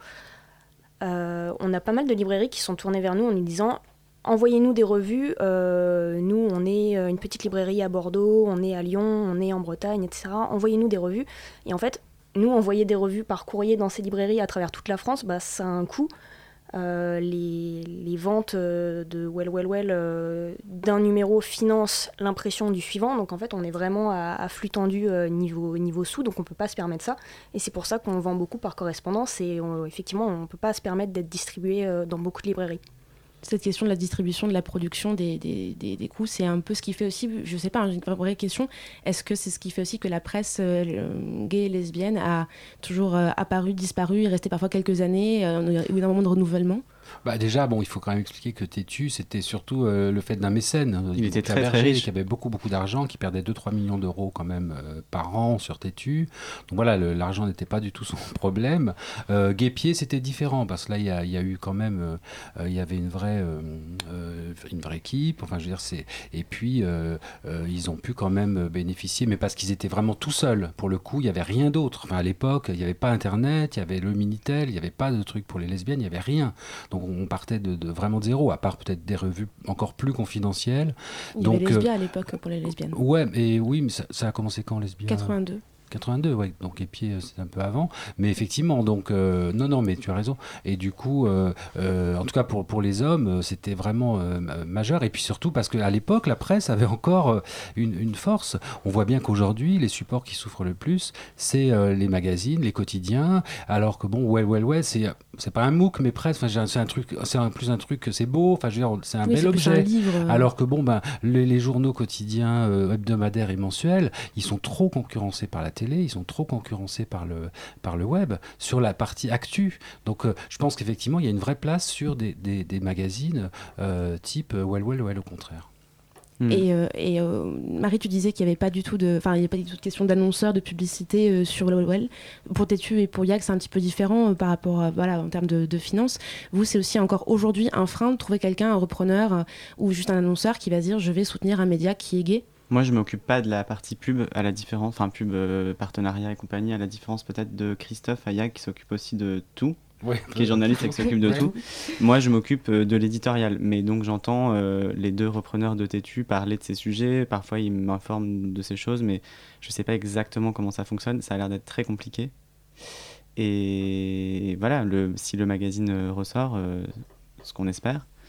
Euh, on a pas mal de librairies qui sont tournées vers nous en nous disant envoyez-nous des revues, euh, nous on est une petite librairie à Bordeaux, on est à Lyon, on est en Bretagne, et cetera. Envoyez-nous des revues. Et en fait, nous envoyer des revues par courrier dans ces librairies à travers toute la France, bah, ça a un coût. Euh, les, les ventes de Well Well Well euh, d'un numéro financent l'impression du suivant. Donc en fait, on est vraiment à, à flux tendu euh, niveau, niveau sous, donc on ne peut pas se permettre ça. Et c'est pour ça qu'on vend beaucoup par correspondance et on, effectivement, on ne peut pas se permettre d'être distribué euh, dans beaucoup de librairies. Cette question de la distribution, de la production, des, des, des, des coûts, c'est un peu ce qui fait aussi, je ne sais pas, une vraie question, est-ce que c'est ce qui fait aussi que la presse euh, gay et lesbienne a toujours euh, apparu, disparu, et resté parfois quelques années, euh, ou d'un moment de renouvellement ? Bah déjà, bon, il faut quand même expliquer que Tétu, c'était surtout euh, le fait d'un mécène. Il était très, très riche. Qui avait beaucoup, beaucoup d'argent, qui perdait deux à trois millions d'euros quand même euh, par an sur Tétu. Donc voilà, le, l'argent n'était pas du tout son problème. Euh, Guépier, c'était différent, parce que là, il y a, y a eu quand même... Euh, il y avait une vraie, euh, euh, une vraie équipe. Enfin, je veux dire, c'est... Et puis, euh, euh, ils ont pu quand même bénéficier, mais parce qu'ils étaient vraiment tout seuls. Pour le coup, il n'y avait rien d'autre. Enfin, à l'époque, il n'y avait pas Internet, il y avait le Minitel, il n'y avait pas de truc pour les lesbiennes, il n'y avait rien. Donc, on partait de, de vraiment de zéro, à part peut-être des revues encore plus confidentielles. Il y Donc, avait Lesbia euh, à l'époque pour les lesbiennes. Ouais, et oui, mais ça, ça a commencé quand, Lesbia ? quatre-vingt-deux. quatre-vingt-deux, ouais, donc les pieds, c'est un peu avant. Mais effectivement, donc, euh, non, non, mais tu as raison. Et du coup, euh, euh, en tout cas pour, pour les hommes, c'était vraiment euh, majeur. Et puis surtout parce qu'à l'époque, la presse avait encore une, une force. On voit bien qu'aujourd'hui, les supports qui souffrent le plus, c'est euh, les magazines, les quotidiens. Alors que bon, Well Well Well, c'est, c'est pas un MOOC, mais presque. Enfin, c'est un truc, c'est un, plus un truc, c'est beau. Enfin, je veux dire, c'est un oui, bel c'est objet. Un livre. Alors que bon, ben, les, les journaux quotidiens, euh, hebdomadaires et mensuels, ils sont trop concurrencés par la télé, ils sont trop concurrencés par le, par le web, sur la partie actu. Donc euh, je pense qu'effectivement, il y a une vraie place sur des, des, des magazines euh, type Well Well Well, au contraire. Mmh. Et, euh, et euh, Marie, tu disais qu'il n'y avait pas du tout de, enfin, il n'y avait pas du tout de question d'annonceurs, de publicité euh, sur Well Well. Pour Tétu et pour Yag, c'est un petit peu différent euh, par rapport, à, voilà, en termes de, de finances. Vous, c'est aussi encore aujourd'hui un frein de trouver quelqu'un, un repreneur euh, ou juste un annonceur qui va dire je vais soutenir un média qui est gay. Moi, je ne m'occupe pas de la partie pub, à la différence, enfin pub, euh, partenariat et compagnie, à la différence peut-être de Christophe Ayag qui s'occupe aussi de tout. Ouais. Qui est journaliste et qui s'occupe de ouais. tout. Moi, je m'occupe de l'éditorial. Mais donc, j'entends euh, les deux repreneurs de Tétu parler de ces sujets. Parfois, ils m'informent de ces choses, mais je ne sais pas exactement comment ça fonctionne. Ça a l'air d'être très compliqué. Et voilà, le, si le magazine ressort, euh, ce qu'on espère,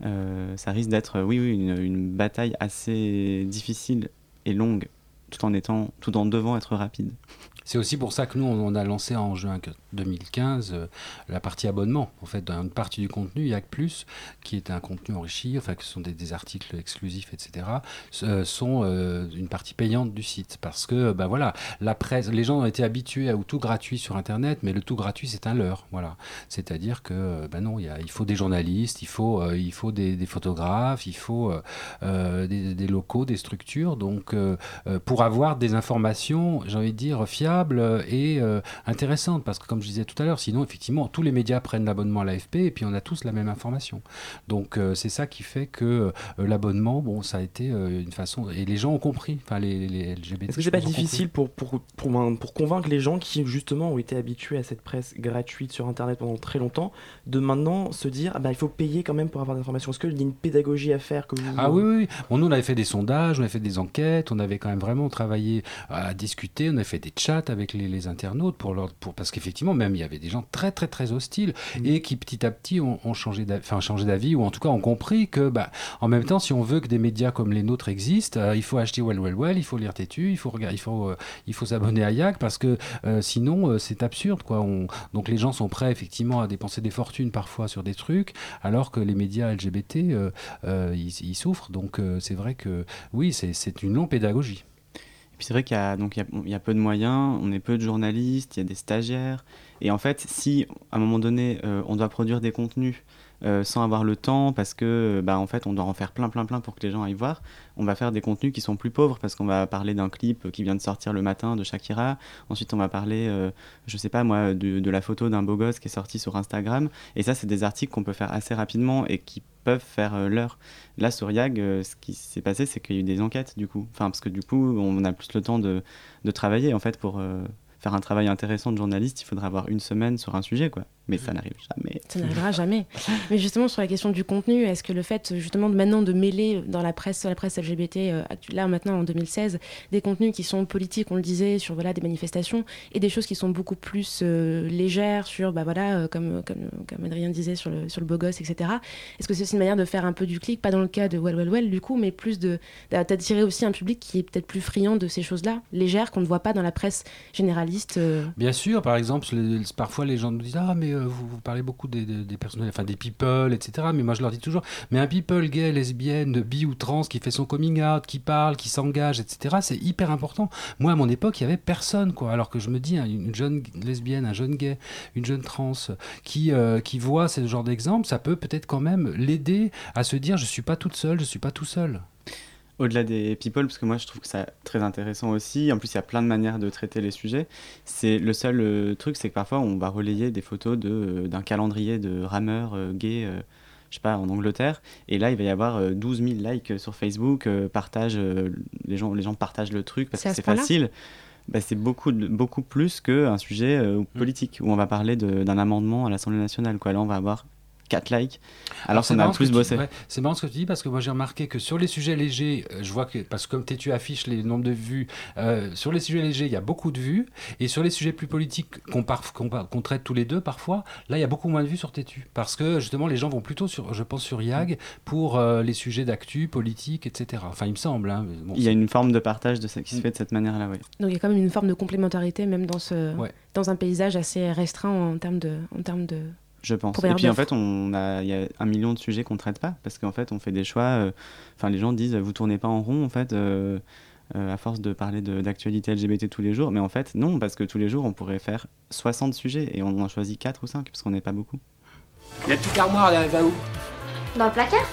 euh, ça risque d'être, oui, oui, une, une bataille assez difficile et longue, tout en étant, tout en devant être rapide. C'est aussi pour ça que nous, on a lancé en juin deux mille quinze euh, la partie abonnement. En fait, dans une partie du contenu, Y A C plus, qui est un contenu enrichi, enfin, que ce sont des, des articles exclusifs, et cetera, euh, sont euh, une partie payante du site. Parce que, ben voilà, la presse, les gens ont été habitués à tout gratuit sur Internet, mais le tout gratuit, c'est un leurre. Voilà. C'est-à-dire que, ben non, y a, il faut des journalistes, il faut, euh, il faut des, des photographes, il faut euh, des, des locaux, des structures. Donc, euh, pour avoir des informations, j'ai envie de dire, fiables, et euh, intéressante, parce que comme je disais tout à l'heure, sinon effectivement tous les médias prennent l'abonnement à l'A F P et puis on a tous la même information. Donc euh, c'est ça qui fait que euh, l'abonnement, bon, ça a été euh, une façon, et les gens ont compris, enfin les, les L G B T. Est-ce que c'est pas difficile pour, pour, pour, pour, pour convaincre les gens qui justement ont été habitués à cette presse gratuite sur Internet pendant très longtemps, de maintenant se dire ah bah, il faut payer quand même pour avoir des informations? Est-ce qu'il y a une pédagogie à faire que vous... Ah oui, oui, oui. Bon, nous on avait fait des sondages, on avait fait des enquêtes, on avait quand même vraiment travaillé à discuter, on avait fait des chats avec les, les internautes pour leur, pour, parce qu'effectivement même il y avait des gens très très très hostiles mmh. et qui petit à petit ont, ont changé, d'avis, enfin, changé d'avis ou en tout cas ont compris que bah, en même temps si on veut que des médias comme les nôtres existent, euh, il faut acheter Well Well Well, il faut lire Tétu, il faut, regarder, il faut, euh, il faut s'abonner à Y A C parce que euh, sinon euh, c'est absurde quoi. On, donc les gens sont prêts effectivement à dépenser des fortunes parfois sur des trucs alors que les médias L G B T euh, euh, ils, ils souffrent, donc euh, c'est vrai que oui c'est, c'est une longue pédagogie. Puis c'est vrai qu'il y a, donc il y a, il y a peu de moyens, on est peu de journalistes, il y a des stagiaires. Et en fait, si à un moment donné, euh, on doit produire des contenus euh, sans avoir le temps, parce que bah, en fait, on doit en faire plein, plein, plein pour que les gens aillent voir, on va faire des contenus qui sont plus pauvres, parce qu'on va parler d'un clip qui vient de sortir le matin de Shakira. Ensuite, on va parler, euh, je sais pas moi, de, de la photo d'un beau gosse qui est sorti sur Instagram. Et ça, c'est des articles qu'on peut faire assez rapidement et qui peuvent faire euh, l'heure. Là, sur Y A G, euh, ce qui s'est passé, c'est qu'il y a eu des enquêtes, du coup. Enfin, parce que du coup, on a plus le temps de, de travailler, en fait, pour euh, faire un travail intéressant de journaliste, il faudra avoir une semaine sur un sujet, quoi. Mais ça n'arrive jamais. Ça n'arrivera jamais. Mais justement, sur la question du contenu, est-ce que le fait, justement, de maintenant de mêler dans la presse, la presse L G B T, euh, là, maintenant, en deux mille seize, des contenus qui sont politiques, on le disait, sur voilà, des manifestations, et des choses qui sont beaucoup plus euh, légères, sur, bah voilà, euh, comme, comme, comme Adrien disait, sur le, sur le beau gosse, et cetera. Est-ce que c'est aussi une manière de faire un peu du clic, pas dans le cas de Well Well Well, du coup, mais plus de, d'attirer aussi un public qui est peut-être plus friand de ces choses-là, légères, qu'on ne voit pas dans la presse généraliste euh... Bien sûr, par exemple, les, parfois les gens nous disent « Ah, mais euh, vous, vous parlez beaucoup des, des, des personnels, enfin des people, et cetera » Mais moi, je leur dis toujours « Mais un people gay, lesbienne, bi ou trans qui fait son coming out, qui parle, qui s'engage, et cetera, c'est hyper important. » Moi, à mon époque, il n'y avait personne, quoi. Alors que je me dis, hein, une jeune lesbienne, un jeune gay, une jeune trans qui, euh, qui voit ce genre d'exemple, ça peut peut-être quand même l'aider à se dire « Je ne suis pas toute seule, je ne suis pas tout seul. » Au-delà des people, parce que moi je trouve que c'est très intéressant aussi, en plus il y a plein de manières de traiter les sujets, c'est, le seul euh, truc c'est que parfois on va relayer des photos de, euh, d'un calendrier de rameurs euh, gays, euh, je sais pas, en Angleterre, et là il va y avoir euh, douze mille likes sur Facebook, euh, partage, euh, les, gens, les gens partagent le truc parce c'est que c'est facile. Bah, c'est beaucoup, de, beaucoup plus qu'un sujet euh, mmh. politique, où on va parler de, d'un amendement à l'Assemblée nationale, quoi. Là on va avoir quatre likes, alors qu'on a plus tu, bossé. Ouais, c'est marrant ce que tu dis, parce que moi j'ai remarqué que sur les sujets légers, euh, je vois que, parce que comme Tétu affiche les nombres de vues, euh, sur les sujets légers, il y a beaucoup de vues, et sur les sujets plus politiques qu'on, par, qu'on, qu'on traite tous les deux parfois, là il y a beaucoup moins de vues sur Tétu, parce que justement les gens vont plutôt, sur, je pense, sur Y A G pour euh, les sujets d'actu, politique, et cetera. Enfin, il me semble. Hein, bon, il y a une forme de partage de ce, qui se fait de cette manière-là, oui. Donc il y a quand même une forme de complémentarité, même dans, ce, ouais. dans un paysage assez restreint en termes de... En termes de... Je pense. Et puis en fait, on a, il y a un million de sujets qu'on ne traite pas, parce qu'en fait, on fait des choix. Enfin, euh, les gens disent, vous tournez pas en rond, en fait, euh, euh, à force de parler de, d'actualité L G B T tous les jours. Mais en fait, non, parce que tous les jours, on pourrait faire soixante sujets, et on en choisit quatre ou cinq, parce qu'on n'est pas beaucoup. La petite armoire, elle va où? Dans le placard.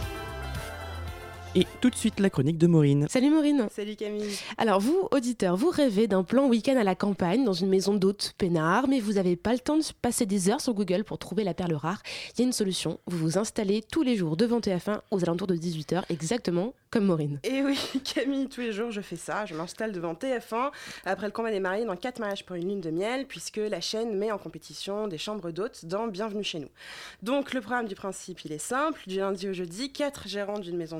Et tout de suite, la chronique de Maureen. Salut Maureen. Salut Camille. Alors vous, auditeurs, vous rêvez d'un plan week-end à la campagne, dans une maison d'hôtes peinard, mais vous n'avez pas le temps de passer des heures sur Google pour trouver la perle rare. Il y a une solution, vous vous installez tous les jours devant T F un aux alentours de dix-huit heures, exactement comme Maureen. Et oui, Camille, tous les jours je fais ça, je m'installe devant T F un, après le combat des mariés dans quatre mariages pour une lune de miel, puisque la chaîne met en compétition des chambres d'hôtes dans Bienvenue chez nous. Donc le programme du principe, il est simple, du lundi au jeudi, quatre gérants d'une maison d'hôtes s'affrontent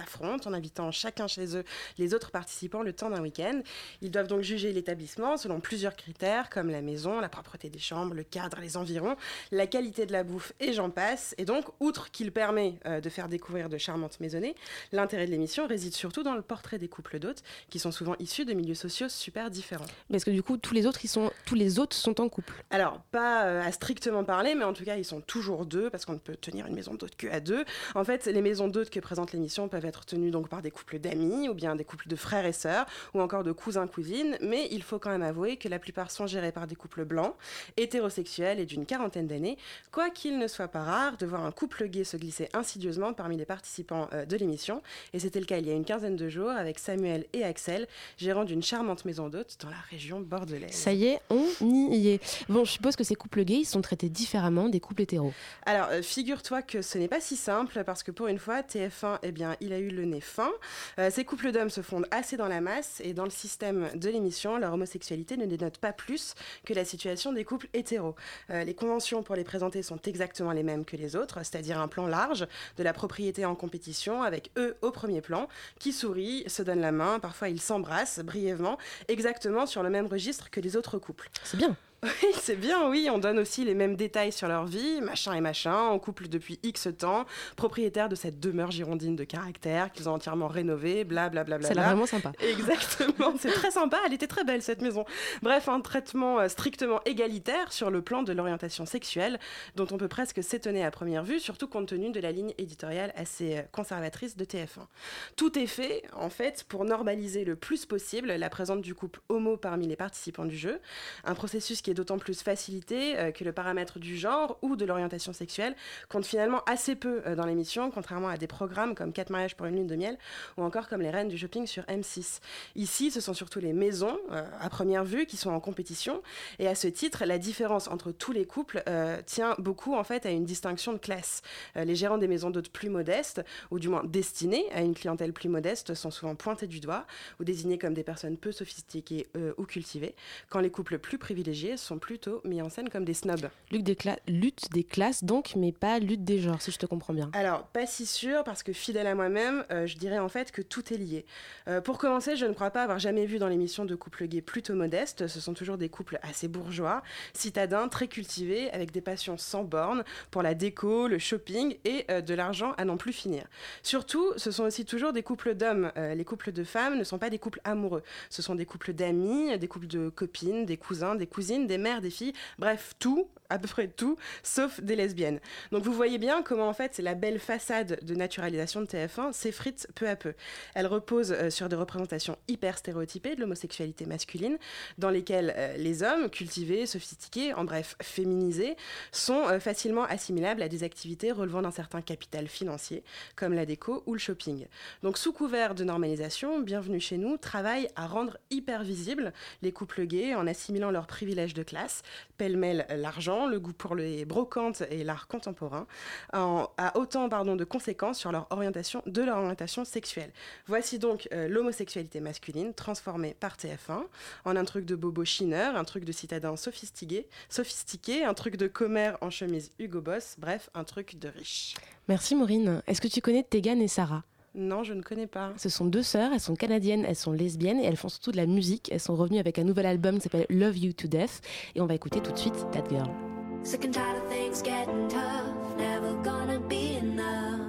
s'affrontent en invitant chacun chez eux les autres participants le temps d'un week-end. Ils doivent donc juger l'établissement selon plusieurs critères comme la maison, la propreté des chambres, le cadre, les environs, la qualité de la bouffe et j'en passe. Et donc, outre qu'il permet euh, de faire découvrir de charmantes maisonnées, l'intérêt de l'émission réside surtout dans le portrait des couples d'hôtes qui sont souvent issus de milieux sociaux super différents. Parce que du coup, tous les autres, ils sont, tous les autres sont en couple. Alors, pas euh, à strictement parler, mais en tout cas, ils sont toujours deux parce qu'on ne peut tenir une maison d'hôtes qu'à deux. En fait, les maisons d'hôtes que présente l'émission peuvent être tenues donc par des couples d'amis ou bien des couples de frères et sœurs ou encore de cousins-cousines, mais il faut quand même avouer que la plupart sont gérés par des couples blancs, hétérosexuels et d'une quarantaine d'années, quoiqu'il ne soit pas rare de voir un couple gay se glisser insidieusement parmi les participants euh, de l'émission, et c'était le cas il y a une quinzaine de jours avec Samuel et Axel, gérant d'une charmante maison d'hôtes dans la région bordelaise. Ça y est, on y est. Bon, je suppose que ces couples gays, ils sont traités différemment des couples hétéros. Alors, euh, figure-toi que ce n'est pas si simple, parce que pour une fois, T F un, eh bien, il a eu le nez fin. Euh, ces couples d'hommes se fondent assez dans la masse, et dans le système de l'émission, leur homosexualité ne dénote pas plus que la situation des couples hétéros. Euh, les conventions pour les présenter sont exactement les mêmes que les autres, c'est-à-dire un plan large, de la propriété en compétition, avec eux au premier plan, qui sourient, se donnent la main, parfois ils s'embrassent brièvement, exactement sur le même registre que les autres couples. C'est bien. Oui, c'est bien, oui. On donne aussi les mêmes détails sur leur vie, machin et machin, en couple depuis X temps, propriétaires de cette demeure girondine de caractère qu'ils ont entièrement rénovée, blablabla. C'est vraiment sympa. Exactement, c'est très sympa, elle était très belle cette maison. Bref, un traitement euh, strictement égalitaire sur le plan de l'orientation sexuelle, dont on peut presque s'étonner à première vue, surtout compte tenu de la ligne éditoriale assez conservatrice de T F un. Tout est fait, en fait, pour normaliser le plus possible la présence du couple homo parmi les participants du jeu, un processus qui qui est d'autant plus facilité euh, que le paramètre du genre ou de l'orientation sexuelle compte finalement assez peu euh, dans l'émission, contrairement à des programmes comme quatre mariages pour une lune de miel ou encore comme les reines du shopping sur M six. Ici, ce sont surtout les maisons, euh, à première vue, qui sont en compétition, et à ce titre, la différence entre tous les couples euh, tient beaucoup en fait à une distinction de classe. Euh, les gérants des maisons d'hôtes plus modestes, ou du moins destinés à une clientèle plus modeste, sont souvent pointés du doigt ou désignés comme des personnes peu sophistiquées euh, ou cultivées, quand les couples plus privilégiés sont plutôt mis en scène comme des snobs. Lutte des, cla- lutte des classes donc, mais pas lutte des genres, si je te comprends bien. Alors, pas si sûr, parce que fidèle à moi-même, euh, je dirais en fait que tout est lié. Euh, pour commencer, je ne crois pas avoir jamais vu dans l'émission de couples gays plutôt modestes. Ce sont toujours des couples assez bourgeois, citadins, très cultivés, avec des passions sans bornes pour la déco, le shopping et euh, de l'argent à n'en plus finir. Surtout, ce sont aussi toujours des couples d'hommes. Euh, les couples de femmes ne sont pas des couples amoureux. Ce sont des couples d'amis, des couples de copines, des cousins, des cousines, des mères, des filles, bref, tout, à peu près tout, sauf des lesbiennes. Donc vous voyez bien comment en fait la belle façade de naturalisation de T F un s'effrite peu à peu. Elle repose euh, sur des représentations hyper stéréotypées de l'homosexualité masculine, dans lesquelles euh, les hommes, cultivés, sophistiqués, en bref, féminisés, sont euh, facilement assimilables à des activités relevant d'un certain capital financier, comme la déco ou le shopping. Donc sous couvert de normalisation, Bienvenue chez nous travaille à rendre hyper visibles les couples gays en assimilant leurs privilèges de classe, pêle-mêle l'argent, le goût pour les brocantes et l'art contemporain, en, à autant pardon, de conséquences sur leur orientation, de leur orientation sexuelle. Voici donc euh, l'homosexualité masculine transformée par T F un en un truc de bobo chineur, un truc de citadin sophistiqué, sophistiqué, un truc de commère en chemise Hugo Boss, bref, un truc de riche. Merci Maureen. Est-ce que tu connais Tegan et Sarah ? Non, je ne connais pas. Ce sont deux sœurs, elles sont canadiennes, elles sont lesbiennes et elles font surtout de la musique. Elles sont revenues avec un nouvel album qui s'appelle Love You to Death et on va écouter tout de suite That Girl. Sick and tired of things getting tough, never gonna be enough.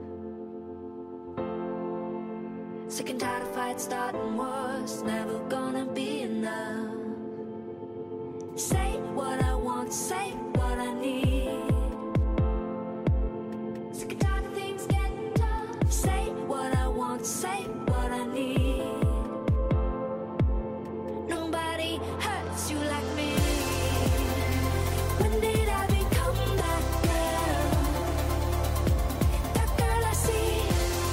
Sick and tired of fights starting wars, never gonna be enough. Say what I want, say what I need. Sick and tired of things getting tough, say what I want, say what I need. Nobody hurts you like me. When did I become that girl? That girl I see.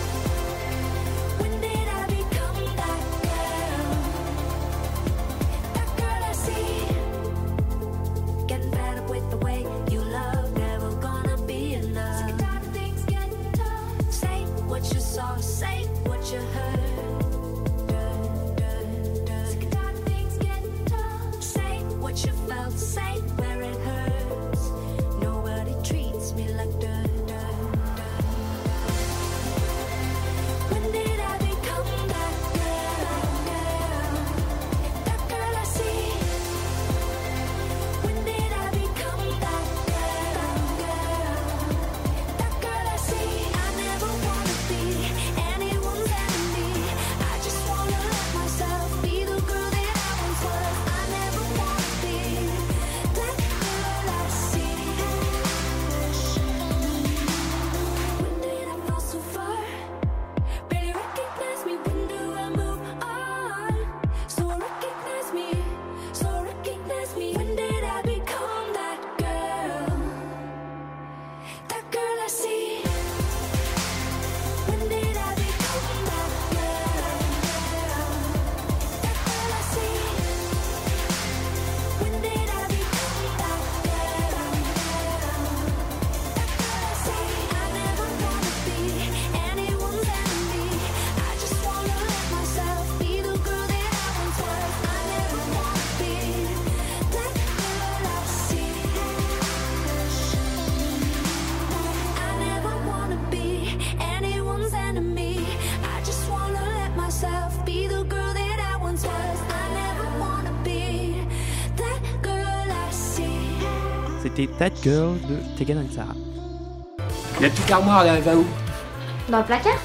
When did I become that girl? That girl I see. Getting fed up with the way c'était That Girl de Tegan and Sara. La petite armoire, là, elle va où? Dans le placard?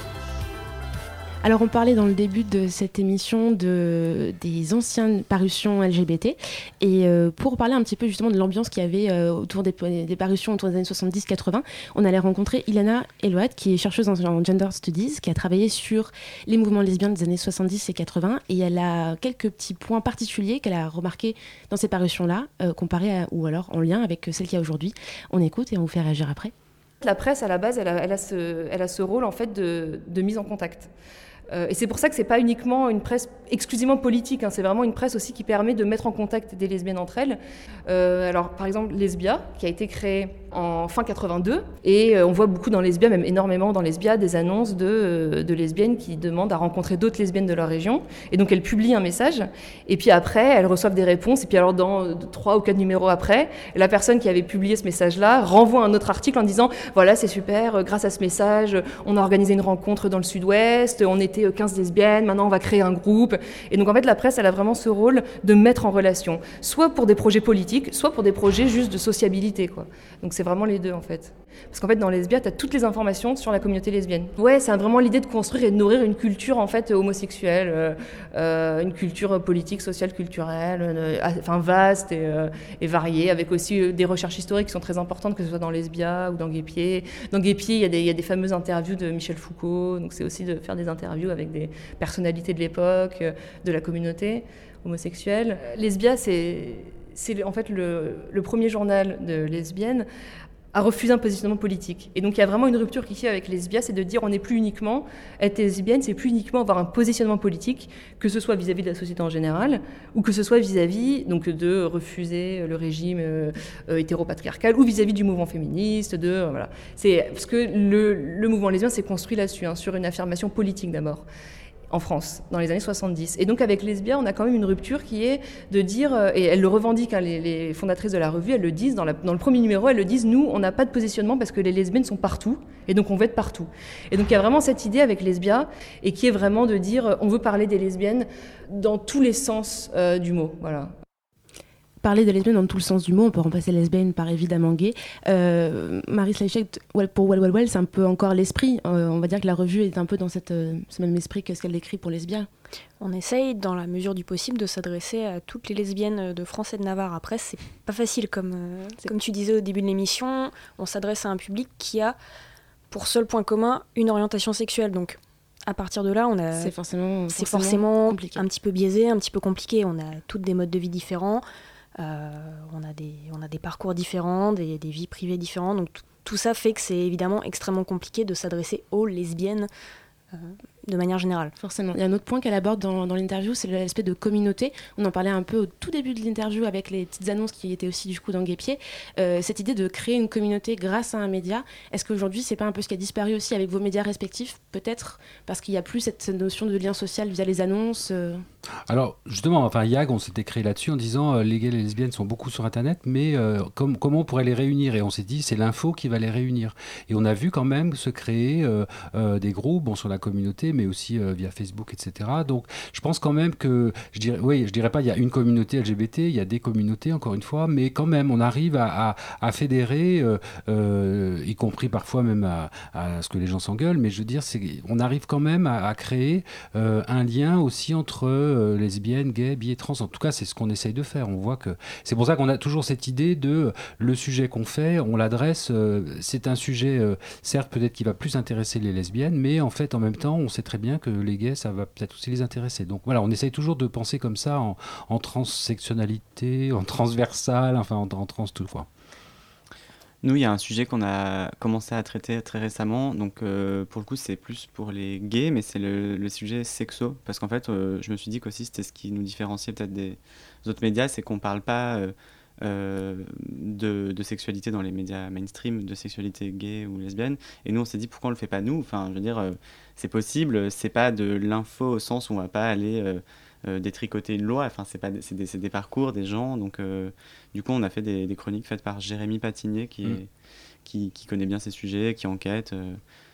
Alors on parlait dans le début de cette émission de, des anciennes parutions L G B T et euh, pour parler un petit peu justement de l'ambiance qu'il y avait euh, autour des, des parutions autour des années soixante-dix quatre-vingts, on allait rencontrer Ilana Eloat qui est chercheuse en, en Gender Studies, qui a travaillé sur les mouvements lesbiens des années soixante-dix et quatre-vingts et elle a quelques petits points particuliers qu'elle a remarqués dans ces parutions-là, euh, comparés à, ou alors en lien avec celles qu'il y a aujourd'hui. On écoute et on vous fait réagir après. La presse, à la base, elle a, elle a, ce, elle a ce rôle en fait de, de mise en contact. Euh, et c'est pour ça que c'est pas uniquement une presse exclusivement politique, hein, c'est vraiment une presse aussi qui permet de mettre en contact des lesbiennes entre elles. Euh, alors par exemple Lesbia, qui a été créée en fin quatre-vingt-deux, et euh, on voit beaucoup dans Lesbia, même énormément dans Lesbia, des annonces de, euh, de lesbiennes qui demandent à rencontrer d'autres lesbiennes de leur région, et donc elles publient un message, et puis après elles reçoivent des réponses, et puis alors dans euh, trois ou quatre numéros après, la personne qui avait publié ce message-là renvoie un autre article en disant voilà c'est super, euh, grâce à ce message, on a organisé une rencontre dans le sud-ouest, on était quinze lesbiennes, maintenant on va créer un groupe. Et donc en fait la presse elle a vraiment ce rôle de mettre en relation, soit pour des projets politiques, soit pour des projets juste de sociabilité, quoi. Donc c'est vraiment les deux en fait. Parce qu'en fait dans Lesbia tu as toutes les informations sur la communauté lesbienne. Ouais, c'est vraiment l'idée de construire et de nourrir une culture en fait homosexuelle, euh, euh, une culture politique, sociale, culturelle, euh, enfin vaste et, euh, et variée, avec aussi euh, des recherches historiques qui sont très importantes, que ce soit dans Lesbia ou dans Guépier. Dans Guépier il y a des, il y a des fameuses interviews de Michel Foucault, donc c'est aussi de faire des interviews avec des personnalités de l'époque, de la communauté homosexuelle. Lesbia, c'est, c'est en fait le, le premier journal de lesbiennes à refuser un positionnement politique. Et donc il y a vraiment une rupture qui fait avec Lesbia, c'est de dire on n'est plus uniquement, être lesbienne, c'est plus uniquement avoir un positionnement politique, que ce soit vis-à-vis de la société en général, ou que ce soit vis-à-vis donc, de refuser le régime euh, euh, hétéropatriarcal, ou vis-à-vis du mouvement féministe, de, euh, voilà. C'est, parce que le, le mouvement lesbien s'est construit là-dessus, hein, sur une affirmation politique d'abord. En France, dans les années soixante-dix. Et donc avec Lesbia, on a quand même une rupture qui est de dire, et elles le revendiquent, hein, les, les fondatrices de la revue, elles le disent, dans, la, dans le premier numéro, elles le disent, nous, on n'a pas de positionnement parce que les lesbiennes sont partout, et donc on veut être partout. Et donc il y a vraiment cette idée avec Lesbia, et qui est vraiment de dire, on veut parler des lesbiennes dans tous les sens euh, du mot, voilà. Parler de lesbienne dans tout le sens du mot, on peut remplacer lesbienne par évidemment gay. Euh, Marie Sleichek, pour Well Well Well, c'est un peu encore l'esprit. Euh, on va dire que la revue est un peu dans cette, euh, ce même esprit que ce qu'elle écrit pour Lesbia. On essaye, dans la mesure du possible, de s'adresser à toutes les lesbiennes de France et de Navarre. Après, c'est pas facile, comme, euh, comme tu disais au début de l'émission, on s'adresse à un public qui a, pour seul point commun, une orientation sexuelle. Donc, à partir de là, on a... c'est forcément, c'est forcément, forcément un petit peu biaisé, un petit peu compliqué. On a toutes des modes de vie différents. Euh, on, a des, on a des parcours différents, des, des vies privées différentes, donc t- tout ça fait que c'est évidemment extrêmement compliqué de s'adresser aux lesbiennes euh, de manière générale. Forcément. Il y a un autre point qu'elle aborde dans, dans l'interview, c'est l'aspect de communauté. On en parlait un peu au tout début de l'interview avec les petites annonces qui étaient aussi du coup dans Guépier. Euh, cette idée de créer une communauté grâce à un média, est-ce qu'aujourd'hui c'est pas un peu ce qui a disparu aussi avec vos médias respectifs, peut-être parce qu'il n'y a plus cette notion de lien social via les annonces euh... Alors justement, enfin Y A G, on s'était créé là-dessus en disant euh, les gays et les lesbiennes sont beaucoup sur Internet, mais euh, com- comment on pourrait les réunir? Et on s'est dit c'est l'info qui va les réunir. Et on a vu quand même se créer euh, euh, des groupes, bon, sur la communauté, mais aussi euh, via Facebook, et cetera. Donc je pense quand même que, je dirais, oui, je dirais pas il y a une communauté L G B T, il y a des communautés encore une fois, mais quand même on arrive à, à, à fédérer, euh, euh, y compris parfois même à, à ce que les gens s'engueulent, mais je veux dire, c'est, on arrive quand même à, à créer euh, un lien aussi entre euh, lesbiennes, gays, bi et trans. En tout cas, c'est ce qu'on essaye de faire. On voit que c'est pour ça qu'on a toujours cette idée de euh, le sujet qu'on fait, on l'adresse. Euh, c'est un sujet, euh, certes peut-être qui va plus intéresser les lesbiennes, mais en fait, en même temps, on sait très bien que les gays, ça va peut-être aussi les intéresser. Donc voilà, on essaye toujours de penser comme ça en, en transsectionnalité, en transversal, enfin en, en trans tout quoi. Nous, il y a un sujet qu'on a commencé à traiter très récemment, donc euh, pour le coup, c'est plus pour les gays, mais c'est le, le sujet sexo, parce qu'en fait, euh, je me suis dit qu'aussi, c'était ce qui nous différenciait peut-être des autres médias, c'est qu'on ne parle pas euh, euh, de, de sexualité dans les médias mainstream, de sexualité gay ou lesbienne, et nous, on s'est dit, pourquoi on ne le fait pas nous? Enfin, je veux dire, euh, c'est possible, c'est pas de l'info au sens où on ne va pas aller... Euh, Euh, détricoter une loi, enfin c'est pas c'est des, c'est des parcours des gens, donc euh, du coup on a fait des, des chroniques faites par Jérémy Patigné qui, est, mmh. qui qui connaît bien ces sujets, qui enquête, euh,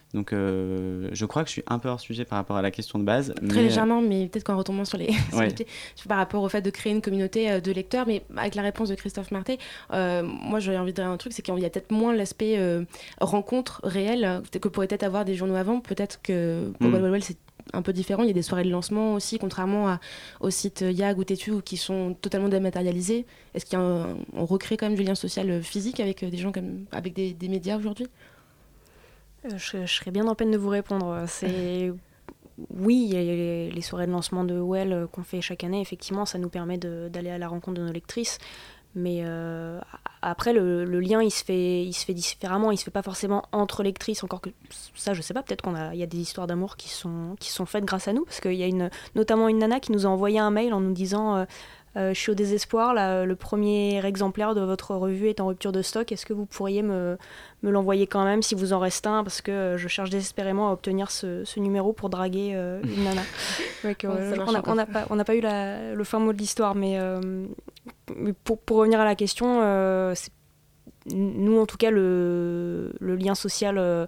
Donc euh, je crois que je suis un peu hors sujet par rapport à la question de base. Très mais... légèrement, mais peut-être qu'en retombant sur les... sur Ouais. les par rapport au fait de créer une communauté euh, de lecteurs, mais avec la réponse de Christophe Marté, euh, moi j'aurais envie de dire un truc, c'est qu'il y a peut-être moins l'aspect euh, rencontre réelle euh, que pourraient peut-être avoir des journaux avant. Peut-être que pour Mm. Well Well Well, c'est un peu différent. Il y a des soirées de lancement aussi, contrairement à, au site Yag ou Tétu, qui sont totalement dématérialisés. Est-ce qu'on recrée quand même du lien social physique avec des gens, comme, avec des, des médias aujourd'hui ? Euh, je, je serais bien en peine de vous répondre. C'est... Oui, il y a les, les soirées de lancement de Well euh, qu'on fait chaque année. Effectivement, ça nous permet de, d'aller à la rencontre de nos lectrices. Mais euh, après, le, le lien, il se, fait, il se fait différemment. Il se fait pas forcément entre lectrices. Encore que ça, je sais pas. Peut-être qu'on a, il y a des histoires d'amour qui sont, qui sont faites grâce à nous. Parce qu'il y a une, notamment une nana qui nous a envoyé un mail en nous disant euh, euh, je suis au désespoir. Là, le premier exemplaire de votre revue est en rupture de stock. Est-ce que vous pourriez me, me l'envoyer quand même si vous en reste un, parce que euh, je cherche désespérément à obtenir ce, ce numéro pour draguer euh, une nana. Donc, euh, Ouais, on n'a on n'a pas, on n'a pas eu la, le fin mot de l'histoire, mais, euh, mais pour, pour revenir à la question, euh, c'est, nous en tout cas le, le lien social euh,